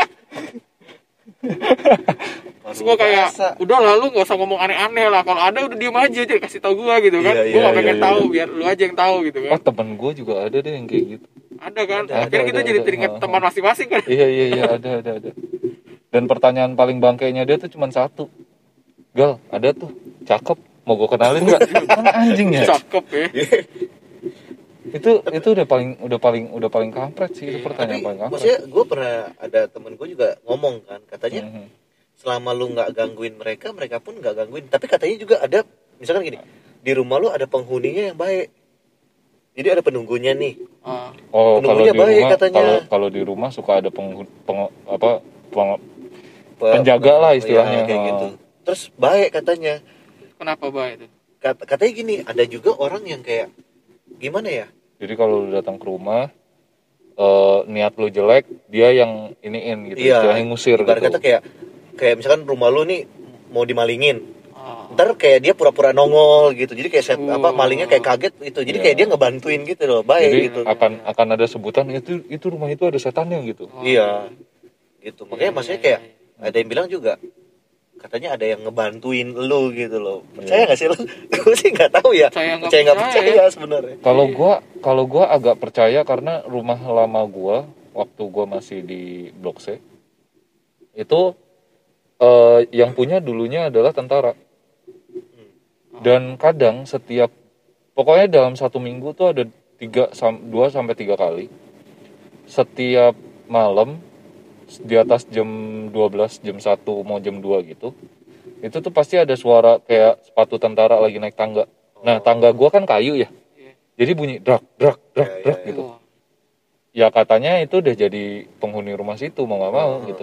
Terus gue kayak Masa? udah lah lu nggak usah ngomong aneh-aneh lah, kalau ada udah diem aja jadi kasih tau gue gitu kan. Iya, Gue iya, gak pengen iya, tahu, iya. biar lu aja yang tahu gitu Oh, kan. temen gue juga ada deh yang kayak gitu. Ada kan, Ada, akhirnya ada, kita ada, jadi ada. teringat Ha, teman ha. masing-masing kan. Iya iya iya ada ada ada. Dan pertanyaan paling bangkainya dia tuh cuma satu. Gal, ada tuh, cakep. Mau gue kenalin nggak? Kan anjing ya. Cakep ya. Itu itu udah paling udah paling udah paling kampret sih itu Iya. pertanyaan Tapi paling kampret. maksudnya gue pernah ada temen gue juga ngomong kan, katanya Mhm. selama lu nggak gangguin mereka, mereka pun nggak gangguin. Tapi katanya juga ada, misalkan gini, di rumah lu ada penghuninya yang baik. Jadi ada penunggunya nih. Ah, Oh, kalau Penunggunya di baik rumah katanya. kalau kalau di rumah suka ada peng, peng- apa peng- Pe- Penjaga lah ya, istilahnya. kayak Oh. gitu. Terus baik katanya. kenapa bah itu? Kat- katanya gini, ada juga orang yang kayak gimana ya? Jadi kalau lu datang ke rumah eh, niat lu jelek, dia yang iniin gitu, Iya, istilahnya ngusir ibarat gitu. kata kayak kayak misalkan rumah lu nih mau dimalingin. Ah, Ntar kayak dia pura-pura nongol gitu. Jadi kayak set, apa Oh. malingnya kayak kaget gitu. Jadi Iya. kayak dia ngebantuin gitu loh. Baik Jadi gitu. akan akan ada sebutan itu itu rumah itu ada setannya gitu. oh, Iya. Gitu. Makanya Iya, maksudnya iya, kayak iya. ada yang bilang juga katanya ada yang ngebantuin lu gitu loh. Iya. Percaya nggak sih lu? Gue sih nggak tahu ya. Percaya nggak Percaya nggak percaya percaya sebenarnya. Kalau Iya. gua kalau gua agak percaya karena rumah lama gua waktu gua masih di Blok C itu eh, yang punya dulunya adalah tentara. Dan kadang setiap pokoknya dalam satu minggu tuh ada tiga dua sampai tiga kali setiap malam di atas jam dua belas, jam satu mau jam dua gitu. Itu tuh pasti ada suara kayak sepatu tentara lagi naik tangga. Nah, tangga gua kan kayu ya. Iya. Jadi bunyi drak drak drak Iya, iya, drak iya. gitu. Wah, Ya katanya itu udah jadi penghuni rumah situ mau nggak mau gitu.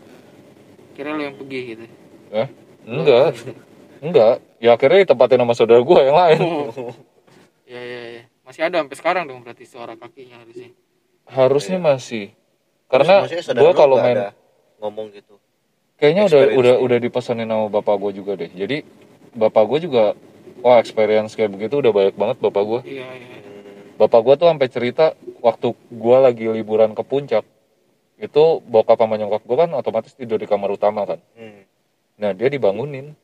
kira lu yang pergi gitu. Eh, enggak. Enggak. Ya akhirnya ditempatin sama saudara gua yang lain. Oh. Ya ya ya. Masih ada sampai sekarang dong berarti suara kakinya harusnya. Harusnya Iya. masih. Karena Maksudnya saudara gua lu kalau nggak main ada ngomong gitu. kayaknya udah experience udah nih. udah dipesanin sama bapak gue juga deh. Jadi bapak gue juga wah experience kayak begitu udah banyak banget bapak gue. Iya iya. Hmm. Bapak gue tuh sampai cerita waktu gue lagi liburan ke puncak itu bokap sama nyokap gue kan otomatis tidur di kamar utama kan. Hmm. Nah dia dibangunin.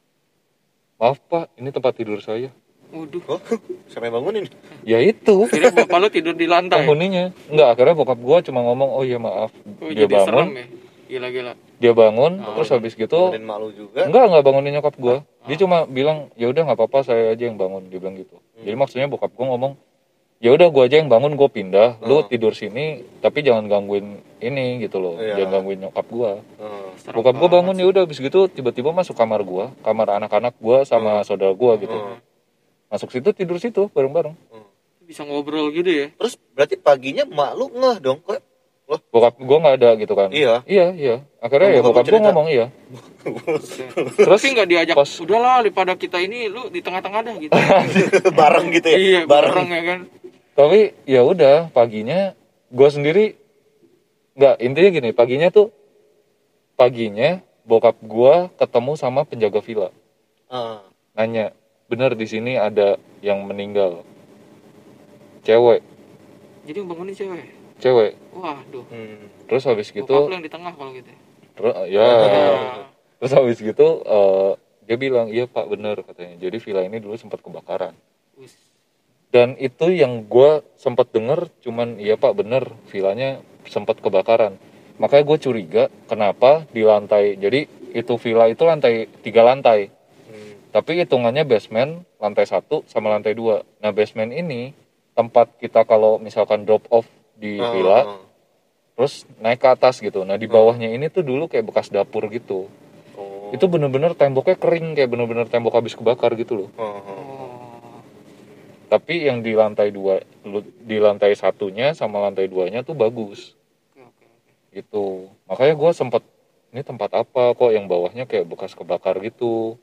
Maaf pak, ini tempat tidur saya. Waduh. Oh, siapa yang bangunin? Ya itu Kira bapak lu tidur di lantai. penghuninya. Enggak, akhirnya bokap gue cuma ngomong oh iya maaf. Oh, Dia jadi serem bangun, ya. Gila-gila. dia bangun, Oh, terus habis gitu Bangunin mak lu juga. enggak enggak bangunin nyokap gue. Dia Ah. cuma bilang ya udah nggak apa-apa saya aja yang bangun. Dia bilang gitu. Hmm. Jadi maksudnya bokap gue ngomong ya udah gue aja yang bangun gue pindah. Lu Hmm. tidur sini tapi jangan gangguin ini gitu loh. Iya. Jangan gangguin nyokap gue. Hmm. Serem Bokap gue banget bangun sih. ya udah habis gitu tiba-tiba masuk kamar gue, kamar anak-anak gue sama Hmm. saudara gue gitu. Hmm. Masuk situ tidur situ bareng-bareng. Hmm. Bisa ngobrol gitu ya. Terus berarti paginya mak lu ngeh dong kok. Loh, Bokap gue nggak ada gitu kan. Iya. Iya iya. Akhirnya Oh, ya bokap bokap gue cerita. ngomong iya. Terus tapi nggak diajak. pas- Udahlah daripada kita ini lu di tengah-tengah dah gitu. bareng gitu ya. Iya bareng. bareng ya kan. Tapi ya udah paginya gue sendiri nggak intinya gini paginya tuh paginya bokap gue ketemu sama penjaga villa Ah. nanya bener di sini ada yang meninggal cewek Jadi yang bangunin cewek. cewek Waduh. Hmm. terus habis Bokap gitu lu yang di tengah kalau gitu. ter- ya Ya. terus habis gitu eh, dia bilang iya pak bener katanya jadi villa ini dulu sempat kebakaran Wis. dan itu yang gue sempat denger cuman iya pak bener villanya sempat kebakaran makanya gue curiga kenapa di lantai jadi itu villa itu lantai tiga lantai Hmm. tapi hitungannya basement lantai satu sama lantai dua nah basement ini tempat kita kalau misalkan drop off di Ah, villa ah. terus naik ke atas gitu nah di bawahnya ini tuh dulu kayak bekas dapur gitu Oh. itu bener-bener temboknya kering kayak bener-bener tembok habis kebakar gitu loh Oh, oh. Oh. tapi yang di lantai dua di lantai satunya sama lantai duanya tuh bagus Oke oke oke. gitu makanya gue sempet ini tempat apa kok yang bawahnya kayak bekas kebakar gitu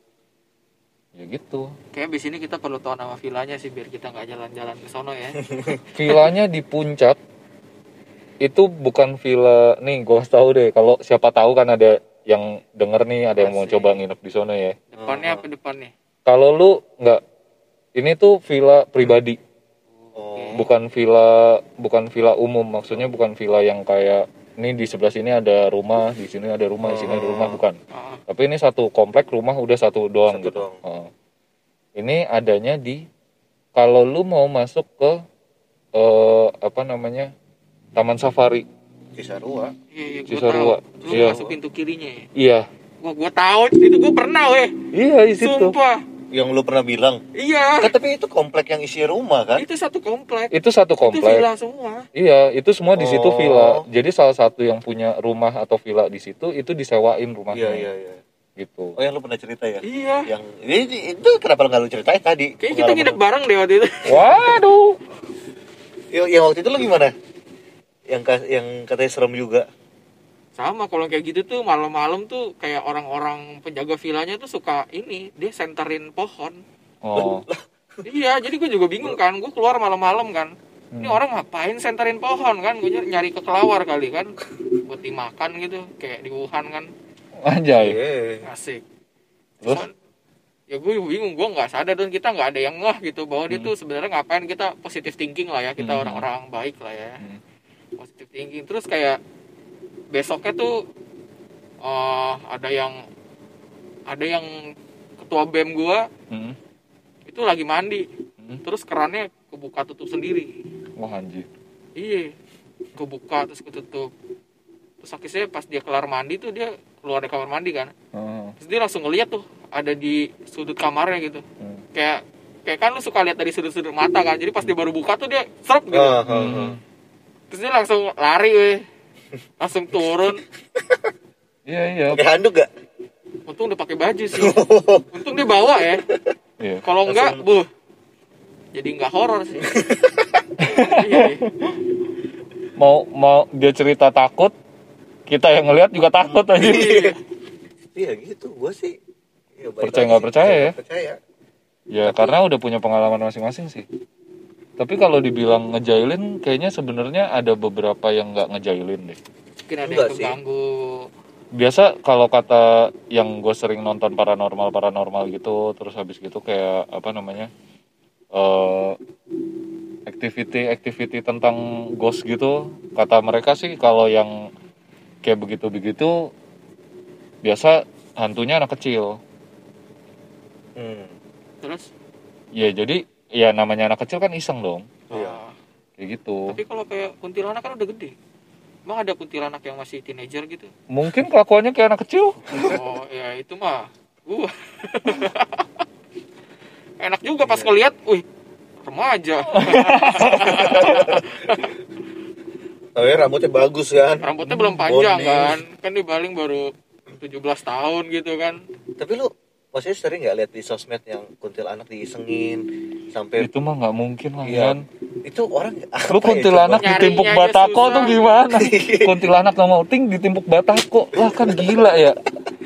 ya gitu Kayak abis ini kita perlu tahu nama villanya sih biar kita nggak jalan-jalan ke sono ya. villanya di puncak itu bukan villa nih gue kasih tahu deh kalau siapa tahu kan ada yang denger nih ada yang mau Asik. coba nginep di sana ya Depannya apa depannya? kalau lu nggak ini tuh villa pribadi Oh. bukan villa bukan villa umum maksudnya bukan villa yang kayak ini di sebelah sini ada rumah di sini ada rumah di sini ada rumah bukan Ah, tapi ini satu komplek rumah udah satu doang Satu gitu doang. Heeh. Ini adanya di kalau lu mau masuk ke eh, apa namanya Taman Safari Cisarua. iya iya gua Cisarua. tahu. Lu Iya. masuk pintu kirinya ya. iya Wah gua tahu itu gua pernah weh. iya di situ Sumpah. Yang lu pernah bilang. Iya. Kan tapi itu komplek yang isi rumah kan? Itu satu komplek. itu satu Itu komplek villa semua. iya itu semua di situ Oh. villa jadi salah satu yang punya rumah atau villa di situ itu disewain rumahnya Iya iya iya. gitu Oh yang lu pernah cerita ya? Iya. Yang ini itu kenapa lu nggak lu ceritain tadi? Kayak kita nginep bareng deh waktu itu. waduh Yang, yang waktu itu lu gimana? Yang yang katanya serem juga. Sama kalau kayak gitu tuh malam-malam tuh kayak orang-orang penjaga villanya tuh suka ini, dia senterin pohon. Oh. Iya, jadi gue juga bingung kan, gue keluar malam-malam kan. Ini Hmm. orang ngapain senterin pohon kan? Gue nyari ke kelawar kali kan, buat dimakan gitu, kayak di Wuhan kan. Anjay. Iya. Asik. Terus? Cuman, ya gue bingung, gue nggak sadar dan kita nggak ada yang ngeh gitu bahwa dia Hmm. tuh sebenarnya ngapain. Kita positive thinking lah ya, kita Hmm. orang-orang baik lah ya, Hmm. positive thinking. Terus kayak besoknya tuh eh, ada yang ada yang ketua B E M gue Hmm. itu lagi mandi, Hmm. terus kerannya kebuka tutup sendiri. Wah anjir. Iya, kebuka terus ketutup. Terus akhirnya pas dia kelar mandi tuh dia keluar dari kamar mandi kan. Oh. Terus dia langsung ngeliat tuh ada di sudut kamarnya gitu. Hmm. Kayak kayak kan lu suka lihat dari sudut-sudut mata kan. Jadi pas dia baru buka tuh dia serap gitu. Ah, ah, ah. Hmm. Terus dia langsung lari weh. Langsung turun. Iya iya. Pakai handuk gak? Untung udah pakai baju sih. Untung dia bawa ya. Iya. Kalau enggak, buh. Jadi enggak horor sih. Iya. Mau mau dia cerita takut, kita yang ngelihat juga takut aja. Iya. Iya gitu, gua sih. Ya, baik Percaya lagi nggak sih, percaya ya? nggak Percaya. Ya karena udah punya pengalaman masing-masing sih. Tapi kalau dibilang ngejailin, kayaknya sebenarnya ada beberapa yang nggak ngejailin deh. Mungkin ada Enggak yang sih. keganggu. Biasa kalau kata yang gue sering nonton paranormal paranormal gitu, terus habis gitu kayak apa namanya, eh activity activity tentang ghost gitu, kata mereka sih kalau yang kayak begitu begitu biasa hantunya anak kecil. Hmm. Terus Ya jadi ya namanya anak kecil kan iseng dong, Iya. ah, kayak gitu. tapi kalau kayak kuntilanak kan udah gede. Emang ada kuntilanak yang masih teenager gitu? Mungkin kelakuannya kayak anak kecil. Oh ya itu mah gua. Enak juga pas ngeliat, wih remaja. Tapi rambutnya bagus kan. Rambutnya belum panjang Bonding. kan. Kan dia paling baru tujuh belas tahun gitu kan. Tapi lu maksudnya sering nggak lihat di sosmed yang kuntilanak diisengin sampai Itu mah nggak mungkin lah Iya. kan. itu orang apa Lu ya, kuntilanak coba? ditimpuk Nyarinya aja batako susah. tuh gimana? Kuntilanak nggak mau ting ditimpuk batako. Lah kan gila ya.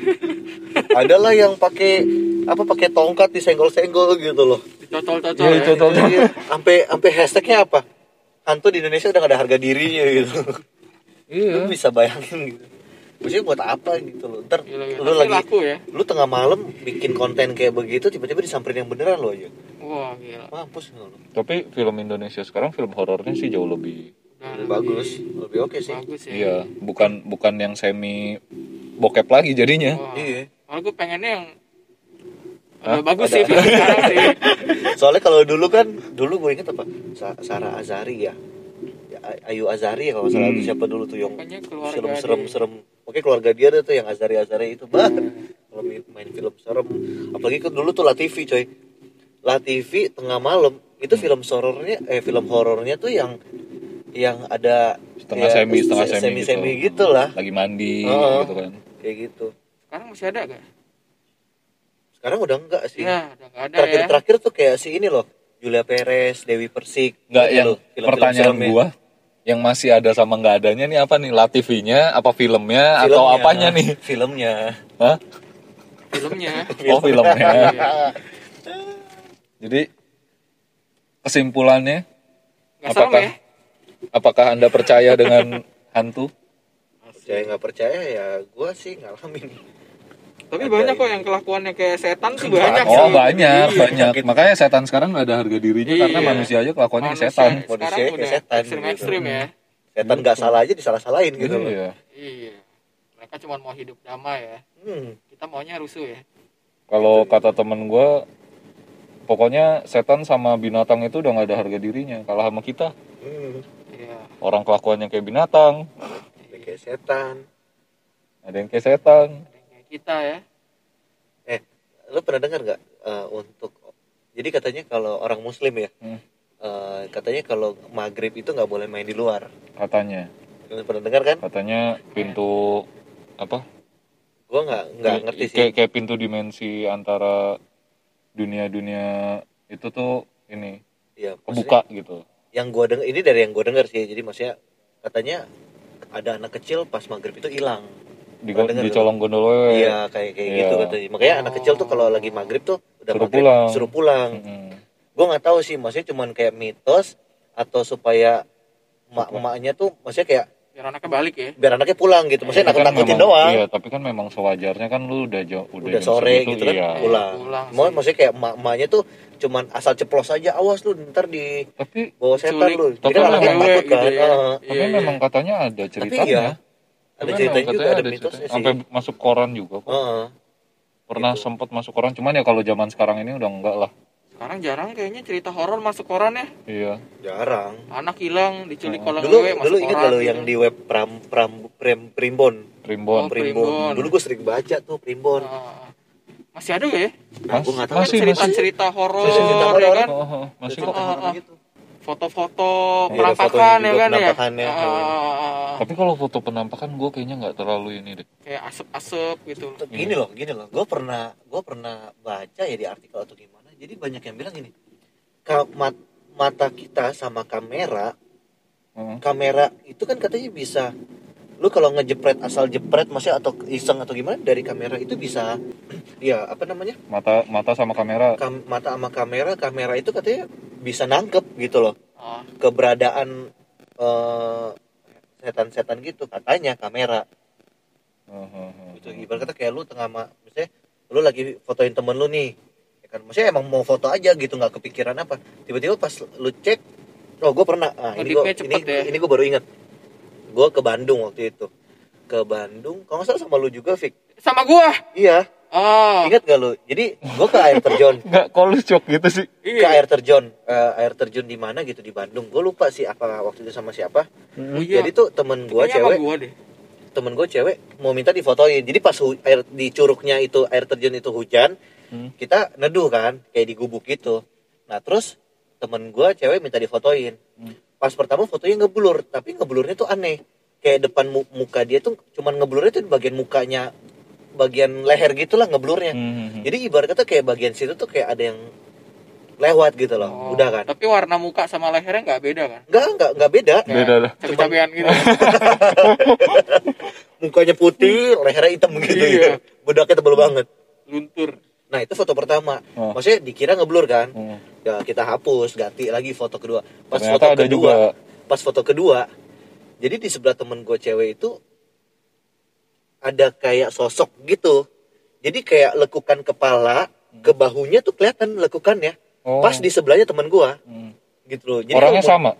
Ada lah yang pakai apa pakai tongkat disenggol-senggol gitu loh. Dicocol-cocol Iya, ya. dicocol. Iya, sampai sampai hashtagnya apa? Hantu di Indonesia udah gak ada harga dirinya gitu. Iya. Lu bisa bayangin gitu. Maksudnya buat apa gitu loh. Ntar Gila, gila. lu Tapi lagi laku ya. lu tengah malam bikin konten kayak begitu tiba-tiba disamperin yang beneran lo aja. Wah gila. Mampus lu. Tapi film Indonesia sekarang film horornya sih jauh lebih. Udah Lebih bagus, lebih oke sih. Bagus ya. Iya, bukan bukan yang semi bokep lagi jadinya. Wah. Iya. Malah gue pengennya yang Hah? Udah bagus Ada- sih film sekarang sih. Soalnya kalau dulu kan, dulu gue inget apa? Sa- Sarah Azari ya. Ya, Ayu Azari ya kalau nggak salah. Hmm. Itu siapa dulu tuh yang Pokoknya keluarga film dia. serem-serem. Oke keluarga dia ada tuh yang Azari Azari itu bah. Kalau main, main film serem, apalagi kan dulu tuh Latifi coy. Latifi tengah malam itu film horornya, eh film horornya tuh yang yang ada Setengah ya, semi, setengah se- semi, semi gitu. gitu lah, Lagi mandi Oh. gitu kan. kayak gitu. Sekarang masih ada gak? Sekarang udah enggak sih. Ya udah gak ada ya. Terakhir-terakhir tuh kayak si ini loh, Julia Perez, Dewi Persik. Enggak, Gitu yang loh, film-film pertanyaan seremnya. gua yang masih ada sama nggak adanya nih apa nih? Latifinya, apa filmnya, atau Filmnya, apanya nih? Filmnya. Hah? Filmnya. Oh filmnya. Iya. Jadi kesimpulannya, Gak serem apakah ya? apakah anda percaya dengan hantu? Percaya nggak percaya ya, gue sih ngalamin. Tapi Ada banyak kok ini. yang kelakuannya kayak setan sih banyak sih. Oh banyak, Iya. banyak. Makanya setan sekarang nggak ada harga dirinya Iya. karena manusia aja kelakuannya kayak Manusia setan. sekarang Manusia kayak udah setan ekstrim-ekstrim gitu. ya. Setan nggak salah aja disalah-salahin gitu loh. Iya. Iya. Mereka cuma mau hidup damai ya. Hmm. Kita maunya rusuh ya. Kalau kata temen gue, pokoknya setan sama binatang itu udah nggak ada harga dirinya. Kalah sama kita. Hmm. Iya. Orang kelakuannya kayak binatang, Dia kayak setan. ada yang kayak setan. Ada yang kayak kita ya. Eh, lo pernah dengar nggak eh, untuk jadi katanya kalau orang Muslim ya, Hmm. eh, katanya kalau maghrib itu nggak boleh main di luar. Katanya, Lo pernah dengar kan? katanya pintu apa? Gue nggak nggak Kayak- ngerti sih. Kayak, kayak pintu dimensi antara dunia-dunia itu tuh ini Ya, maksudnya- kebuka gitu. yang gue denger ini dari yang gue denger sih, jadi maksudnya katanya ada anak kecil pas maghrib itu hilang Di, Pernah denger di gitu? colong gondol wewe. Iya kayak kayak Iya. gitu katanya, makanya anak kecil tuh kalau Oh. lagi maghrib tuh udah Suruh maghrib pulang. suruh pulang. Mm-mm. Gue nggak tahu sih, maksudnya cuman kayak mitos atau supaya emak-emaknya tuh maksudnya kayak Biar anaknya balik ya. biar anaknya pulang gitu, maksudnya Tapi kan nakut-nakutin memang- doang. Iya, tapi kan memang sewajarnya kan lu udah jauh udah, Udah jam sore segitu, gitu kan iya. pulang. Pulang Mau sih. maksudnya kayak emak-emaknya tuh cuman asal ceplos aja, awas lu ntar di Tapi bawa setan Diculik. lu. Tapi Jadi kan anaknya memang- takut kan. gitu ya. Heeh. tapi Iya, memang iya. katanya ada ceritanya. iya, ada Tapi ceritanya memang juga, katanya ada mitosnya ceritanya. sih. Sampai masuk koran juga kok. Heeh. Pernah Gitu. sempat masuk koran, cuman ya kalau zaman sekarang ini udah enggak lah. Sekarang jarang kayaknya cerita horor masuk koran ya. Iya. Jarang. Anak hilang diculik Oh. kolong Dulu wewe, dulu masuk ingat koran gak lu gitu. yang di web pram pram prim, primbon. Primbon. Oh, Primbon. Dulu gue sering baca tuh primbon. Ah, masih ada gak ya? Nah, gua nggak tahu. masih masih. Cerita-cerita horor Cerita-cerita ya horor. kan? Oh, oh, masih kok. Ah, ah. gitu. Foto-foto Iya, penampakan fotonya ya juga kan ya. penampakannya. Ah, ah, ah. Tapi kalau foto penampakan gue kayaknya nggak terlalu ini deh. Kayak asap-asap gitu. Gini loh, gini loh. Gue pernah gue pernah baca ya di artikel atau gimana. Jadi banyak yang bilang gini. Ka- mat- mata kita sama kamera, Heeh. kamera itu kan katanya bisa, lu kalau ngejepret asal jepret maksudnya atau iseng atau gimana dari kamera itu bisa ya apa namanya, Mata mata sama kamera. kam- mata sama kamera kamera itu katanya bisa nangkep gitu loh Ah, keberadaan eh, setan-setan gitu katanya kamera Heeh. gitu. Ibarat kata kayak lu tengah ma- misalnya lu lagi fotoin temen lu nih ya kan, maksudnya emang mau foto aja gitu nggak kepikiran apa, tiba-tiba pas lu cek, oh gue pernah, ah, ini gue Ngedipnya ini, cepet ya. ini gue baru ingat, gue ke Bandung waktu itu, ke Bandung kalau nggak salah sama lu juga Fik, sama gua. iya Oh. ingat gak lu, jadi gue ke air terjun Nggak, kok lu shock gitu sih? ke Iya. air terjun eh, air terjun di mana gitu di Bandung, gue lupa sih apa waktu itu sama siapa. Oh, iya. Jadi tuh temen gue Kayaknya sama cewek, gua deh. temen gue cewek mau minta difotoin, jadi pas hu- air di curugnya itu air terjun itu hujan, Hmm. kita neduh kan kayak di gubuk gitu. Nah terus temen gue cewek minta difotoin, Hmm. pas pertama fotonya ngeblur, tapi ngeblurnya tuh aneh, kayak depan mu- muka dia tuh cuman ngeblurnya tuh di bagian mukanya, bagian leher gitulah ngeblurnya. Hmm. Jadi ibarat kata kayak bagian situ tuh kayak ada yang lewat gitu loh. Oh, Udah kan? Tapi warna muka sama lehernya nggak beda kan? Enggak, enggak, enggak beda. Beda dah. Cabe-cabean gitu. Mukanya putih, lehernya hitam gitu. Iya. Bedaknya tebel banget. Luntur. Nah, itu foto pertama. Oh. Maksudnya dikira ngeblur kan? Hmm. Ya kita hapus, ganti lagi foto kedua. Pas Ternyata foto ada kedua, juga. pas foto kedua, jadi di sebelah temen gue cewek itu ada kayak sosok gitu. Jadi kayak lekukan kepala ke bahunya tuh kelihatan lekukannya. Oh. Pas di sebelahnya temen gue, Hmm. gitu loh. Jadi Orangnya kalau mau- sama.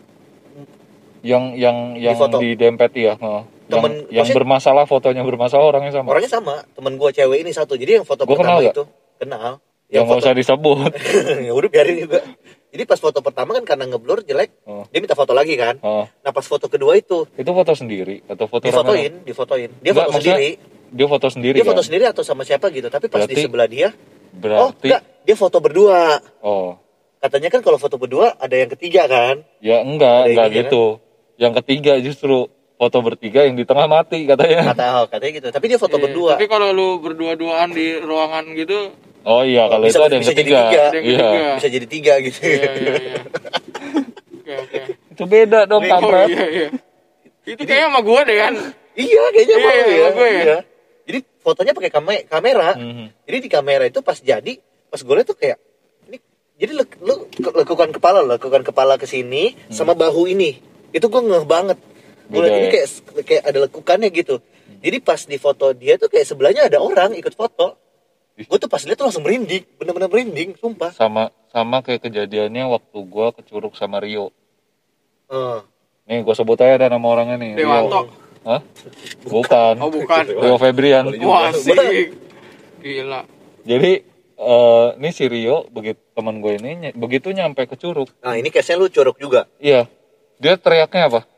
Yang yang yang foto. di dempet ya. Heeh. Yang, Temen- yang maksudnya- bermasalah fotonya bermasalah orangnya sama. orangnya sama, temen gue cewek ini satu. Jadi yang foto Gua pertama kenal nggak? itu kenal. Yang nggak foto usah disebut. ya udah biarin juga. Jadi pas foto pertama kan karena ngeblur jelek, Oh. dia minta foto lagi kan. Oh. Nah pas foto kedua itu Itu foto sendiri atau foto rame-rame? difotoin, difotoin. Dia Nggak, foto maksudnya sendiri. Dia foto sendiri Dia foto kan? sendiri atau sama siapa gitu. Tapi pas di Berarti- sebelah dia, oh Berarti enggak, dia foto berdua. oh. Katanya kan kalau foto berdua ada yang ketiga kan. Ya enggak, Ada enggak ininya, gitu. Yang ketiga justru foto bertiga yang di tengah mati katanya. Kata oh, katanya gitu. Tapi dia foto Iya, berdua. Tapi kalau lu berdua-duaan di ruangan gitu, Oh iya, kalau bisa- itu ada yang bisa jadi ketiga. tiga. Ada yang Iya. ketiga. Bisa jadi tiga gitu. iya iya iya. Oke oke. Itu beda dong, Oh kampret. iya iya. Itu kayaknya sama gua deh kan. Iya, kayaknya Iya, mau iya, ya. sama gue ya. Iya. Jadi fotonya pakai kame- kamera. Mhm. Jadi di kamera itu pas jadi, pas gue liat tuh kayak ini, jadi lu, lu ke- lekukan kepala, lekukan kepala ke sini sama bahu ini. Itu gue ngeh banget. Gue Beda liat ini ya? kayak kayak ada lekukannya gitu. Jadi pas di foto dia tuh kayak sebelahnya ada orang ikut foto. Gue tuh pas liat tuh langsung merinding, bener-bener merinding, sumpah. Sama sama kayak kejadiannya waktu gua ke Curug sama Rio. Eh, Nih, gua sebut aja ada nama orangnya nih. Dewanto. Rio. Hah? Bukan. Oh bukan. Rio Febrian. Boleh juga. Wah asik. Gila. Jadi eh ini si Rio begitu teman gue ini ny- begitu nyampe ke Curug. Nah ini case-nya lu curug juga. Iya. Dia teriaknya apa?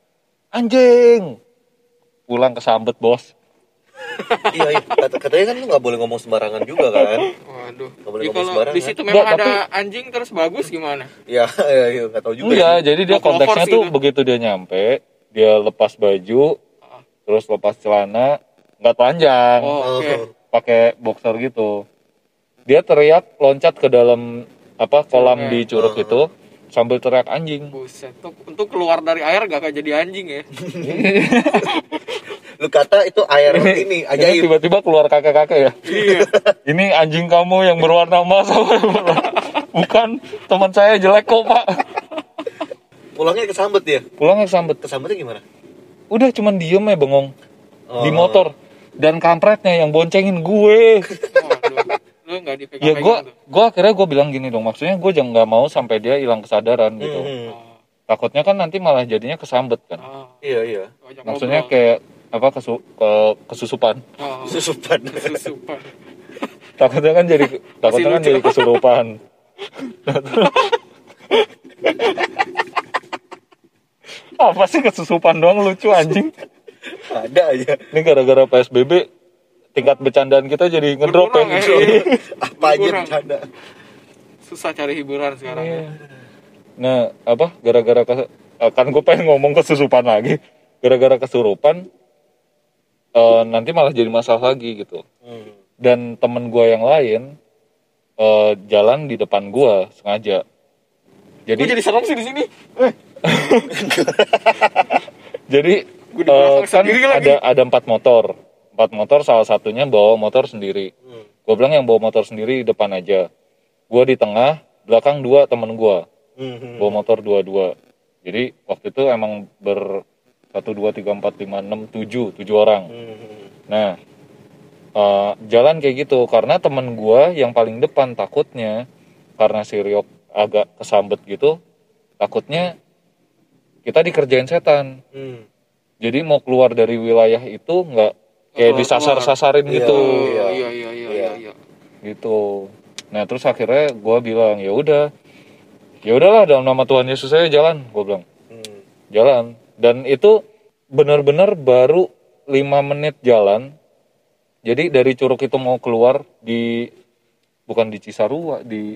Anjing. Pulang kesambet, Bos. Iya, iya. Kata- katanya kan lu nggak boleh ngomong sembarangan juga kan. Waduh. Nggak boleh Ya, ngomong kalau sembarangan. di situ memang Nggak, ada tapi- anjing terus bagus gimana? Iya, iya, iya, nggak tahu juga. Iya, sih. jadi dia Mau kelover konteksnya sih tuh itu. begitu dia nyampe, dia lepas baju, Ah. terus lepas celana, nggak telanjang, Oh, oke. pakai boxer gitu. Dia teriak loncat ke dalam apa kolam Oke. di curug Oh. itu, sambil teriak anjing. Buset, untuk, untuk keluar dari air gak kayak jadi anjing ya. Lu kata itu air ini, Ini ajaib. tiba-tiba keluar kakek-kakek ya. Iya. Ini anjing kamu yang berwarna emas. Bukan, teman saya jelek kok pak. Pulangnya kesambet dia. Pulangnya kesambet. Kesambetnya gimana? Udah cuman diem ya bengong Oh. di motor. Dan kampretnya yang boncengin gue. Waduh, lu gak Ya dipegang-pegang gue, tuh. gue akhirnya gue bilang gini dong. Maksudnya gue jangan nggak mau sampai dia hilang kesadaran gitu. Hmm. Oh, Takutnya kan nanti malah jadinya kesambet kan. oh. Iya iya. Ajak Maksudnya ngobrol. kayak apa kesu, ke, kesusupan. Oh, Susupan. kesusupan. Takutnya kan jadi takutnya kan lucu. jadi kesurupan. Apa sih kesusupan doang lucu anjing? Ada aja. Ini gara-gara P S B B tingkat bercandaan kita jadi ngedrop Berkurang, ya. ya, iya. Apa aja Berkurang. bercanda. Susah cari hiburan sekarang ya. Nah, apa gara-gara ke, kan gue pengen ngomong kesusupan lagi. Gara-gara kesurupan eh, nanti malah jadi masalah lagi gitu. Hmm. Dan temen gue yang lain eh, jalan di depan gue sengaja. Jadi Gue jadi serem sih di sini. jadi Gua di eh, belakang kan sendiri lagi. ada ada empat motor. Empat motor salah satunya bawa motor sendiri. Hmm. Gue bilang yang bawa motor sendiri di depan aja. Gue di tengah, belakang dua temen gue. Hmm. Bawa motor dua-dua. Jadi waktu itu emang ber satu, dua, tiga, empat, lima, enam, tujuh tujuh orang. Hmm. Nah eh, jalan kayak gitu karena temen gue yang paling depan takutnya karena si Riok agak kesambet gitu, takutnya kita dikerjain setan. Hmm. Jadi mau keluar dari wilayah itu nggak kayak Keluar-keluar. disasar-sasarin Iya. gitu. Oh, Iya. iya iya iya iya iya. Gitu. Nah terus akhirnya gue bilang ya udah, ya udahlah dalam nama Tuhan Yesus saya jalan, gue bilang Hmm. jalan. Dan itu benar-benar baru lima menit jalan. Jadi dari Curug itu mau keluar di bukan di Cisarua, di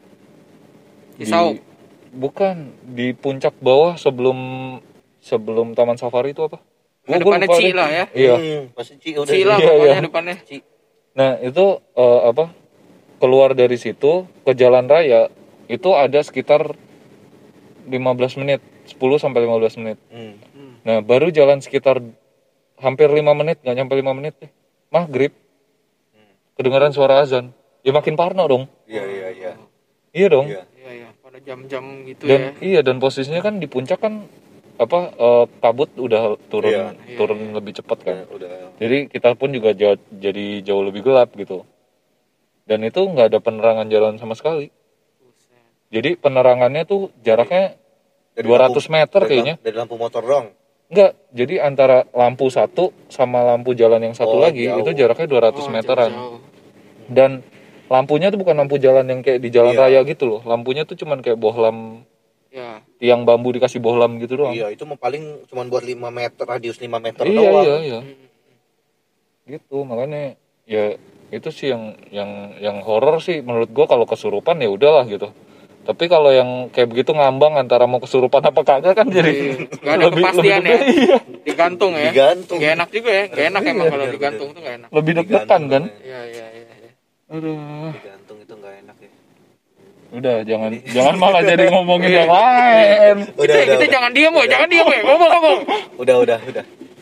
Cisau. di- bukan di puncak bawah sebelum sebelum Taman Safari itu apa? Nah, Gua- gua depannya lupa Ci deh. lah ya. Iya. Hmm. Pasti Ci udah. Ci lah Iya, pokoknya iya. depannya. Nah itu eh, apa? Keluar dari situ ke jalan raya itu ada sekitar lima belas menit, sepuluh sampai lima belas menit. Hmm. Hmm. Nah baru jalan sekitar hampir lima menit, nggak nyampe lima menit deh. Maghrib, kedengaran suara azan. Ya makin parno dong. Iya iya iya. Iya dong. Iya. Iya iya, pada jam-jam gitu Dan ya. iya dan posisinya kan di puncak kan apa eh, kabut udah turun Iya. turun Iya, iya. lebih cepat kan. Udah, udah. Jadi kita pun juga ja- jadi jauh lebih gelap gitu. Dan itu nggak ada penerangan jalan sama sekali. Buset. Jadi penerangannya tuh jaraknya Dari dua ratus lampu- meter dari kayaknya. lampu- Dari lampu motor dong. Enggak, jadi antara lampu satu sama lampu jalan yang satu Oh, lagi jauh. itu jaraknya dua ratus Oh, meteran. jauh-jauh. Dan lampunya tuh bukan lampu jalan yang kayak di jalan Iya. raya gitu loh. Lampunya tuh cuman kayak bohlam, Ya. tiang bambu dikasih bohlam gitu doang. Iya, itu mah paling cuma buat lima meter, radius lima meter iya, doang. iya, iya. Hmm. Gitu, makanya ya itu sih yang yang yang horor sih menurut gua. Kalau kesurupan ya udahlah gitu. Tapi kalau yang kayak begitu ngambang antara mau kesurupan apa kagak kan jadi Iya. Nggak ada kepastian ya. iya, Digantung ya. Digantung. Gak enak juga ya. Gak enak emang Iya, kalau bener, digantung tuh gak enak. lebih deg-degan Digantung kan. namanya. Iya iya iya. iya. Aduh. Digantung itu nggak enak ya. Udah jangan jangan malah jadi ngomongin yang lain. Udah, kita udah, kita udah. jangan diam boy, jangan diam boy. Ngomong ngomong. Udah, udah, udah.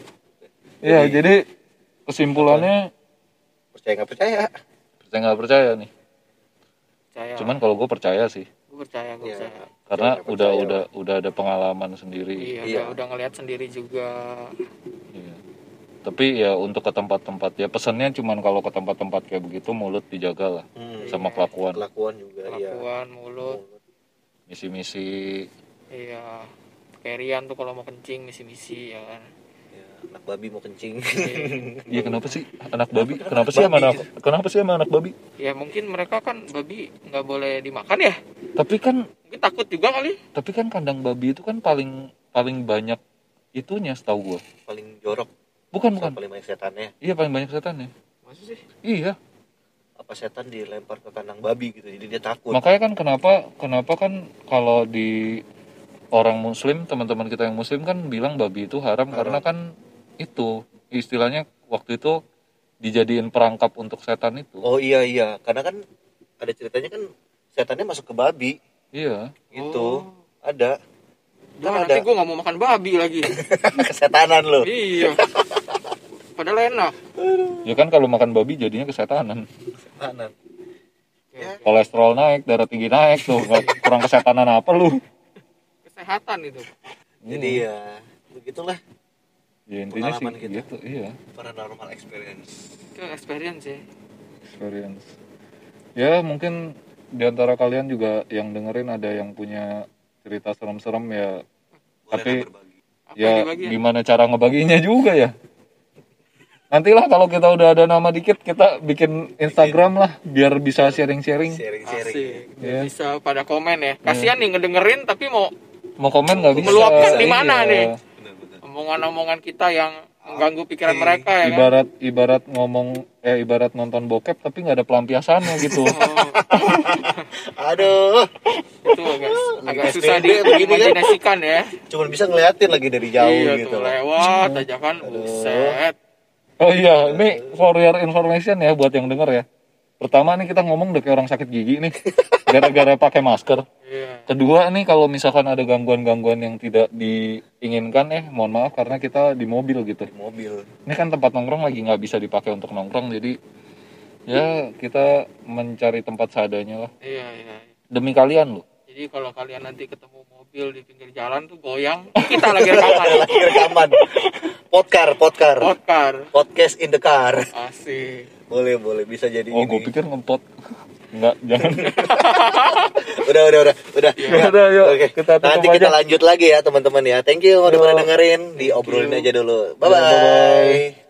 Iya, jadi kesimpulannya Percaya nggak percaya? percaya nggak percaya nih. Percaya. Cuman kalau gue percaya sih, gue percaya gue Iya. percaya. karena Percaya, udah percaya. udah udah ada pengalaman sendiri. Iya, Iya. Udah, udah ngeliat sendiri juga. Iya. Tapi ya untuk ke tempat-tempat ya pesannya cuman kalau ke tempat-tempat kayak begitu mulut dijaga lah Hmm. sama kelakuan, Kelakuan juga, iya. Kelakuan, mulut. misi-misi. Iya. Kayak Rian tuh kalau mau kencing misi-misi ya kan. Ya, anak babi mau kencing. Iya. Iya kenapa sih anak babi? Kenapa sih sama anak? Kenapa sih sama anak babi? Ya mungkin mereka kan babi nggak boleh dimakan ya. Tapi kan Mungkin takut juga kali. tapi kan kandang babi itu kan paling paling banyak itunya setahu gue. Paling jorok, Bukan bukan. paling banyak setannya. Iya paling banyak setannya. Masa sih? Iya. Apa setan dilempar ke kandang babi gitu, jadi dia takut. Makanya kan kenapa kenapa kan kalau di orang muslim, teman-teman kita yang muslim kan bilang babi itu haram, Haram. karena kan itu istilahnya waktu itu dijadiin perangkap untuk setan itu. Oh iya iya, karena kan ada ceritanya kan setannya masuk ke babi. Iya. Itu Oh. ada. Jangan Kan nanti ada. gue nggak mau makan babi lagi. Kesetanan lu. Iya. Padahal enak. Ya kan kalau makan babi jadinya kesetanan. Kesetanan. Ya. Kolesterol naik, darah tinggi naik tuh. Nggak- kurang kesetanan apa lu? Kesehatan itu. Jadi ya begitulah Ya intinya sih pengalaman kita. gitu, iya. paranormal experience. Itu experience ya. Experience. Ya mungkin diantara kalian juga yang dengerin ada yang punya cerita serem-serem ya. Boleh Tapi lah berbagi. Apa ya dibagian? gimana cara ngebaginya juga ya. Nantilah kalau kita udah ada nama dikit kita bikin Instagram lah biar bisa sharing-sharing. Sharing-sharing. Asik. Iya. Bisa pada komen ya. Kasihan nih ngedengerin tapi mau Mau komen nggak bisa. Meluapkan di mana Iya. nih? Benar-benar. omongan-omongan kita yang mengganggu pikiran Oke. mereka ya kan. Ibarat ibarat ngomong eh ibarat nonton bokep tapi nggak ada pelampiasannya gitu. Oh, Aduh, itu agak agak Lagi susah S B begini kan. diimajinasikan ya. cuman bisa ngeliatin lagi dari jauh Iya gitu tuh lah. lewat aja kan. Buset. Oh iya, ini for your information ya buat yang denger ya. Pertama nih kita ngomong udah kayak orang sakit gigi nih, gara-gara pakai masker. Iya. Kedua nih kalau misalkan ada gangguan-gangguan yang tidak diinginkan eh mohon maaf karena kita di mobil gitu. Mobil. Ini kan tempat nongkrong lagi nggak bisa dipakai untuk nongkrong jadi ya kita mencari tempat seadanya lah Iya, iya. demi kalian loh. Jadi kalau kalian nanti ketemu mobil di pinggir jalan tuh goyang, kita lagi rekaman. Lagi rekaman. Podcar, podcar. Podcast. Podcast in the car. Asik. Boleh, boleh bisa jadi Oh, gue ini. pikir ngepot. Enggak, jangan. Udah, udah, udah, udah. Ya udah, yuk. Oke. Kita tutup Nanti kita aja. lanjut lagi ya teman-teman ya. Thank you udah Yo. pada dengerin. Diobrolin you. aja dulu. Ya, bye-bye. Bye bye.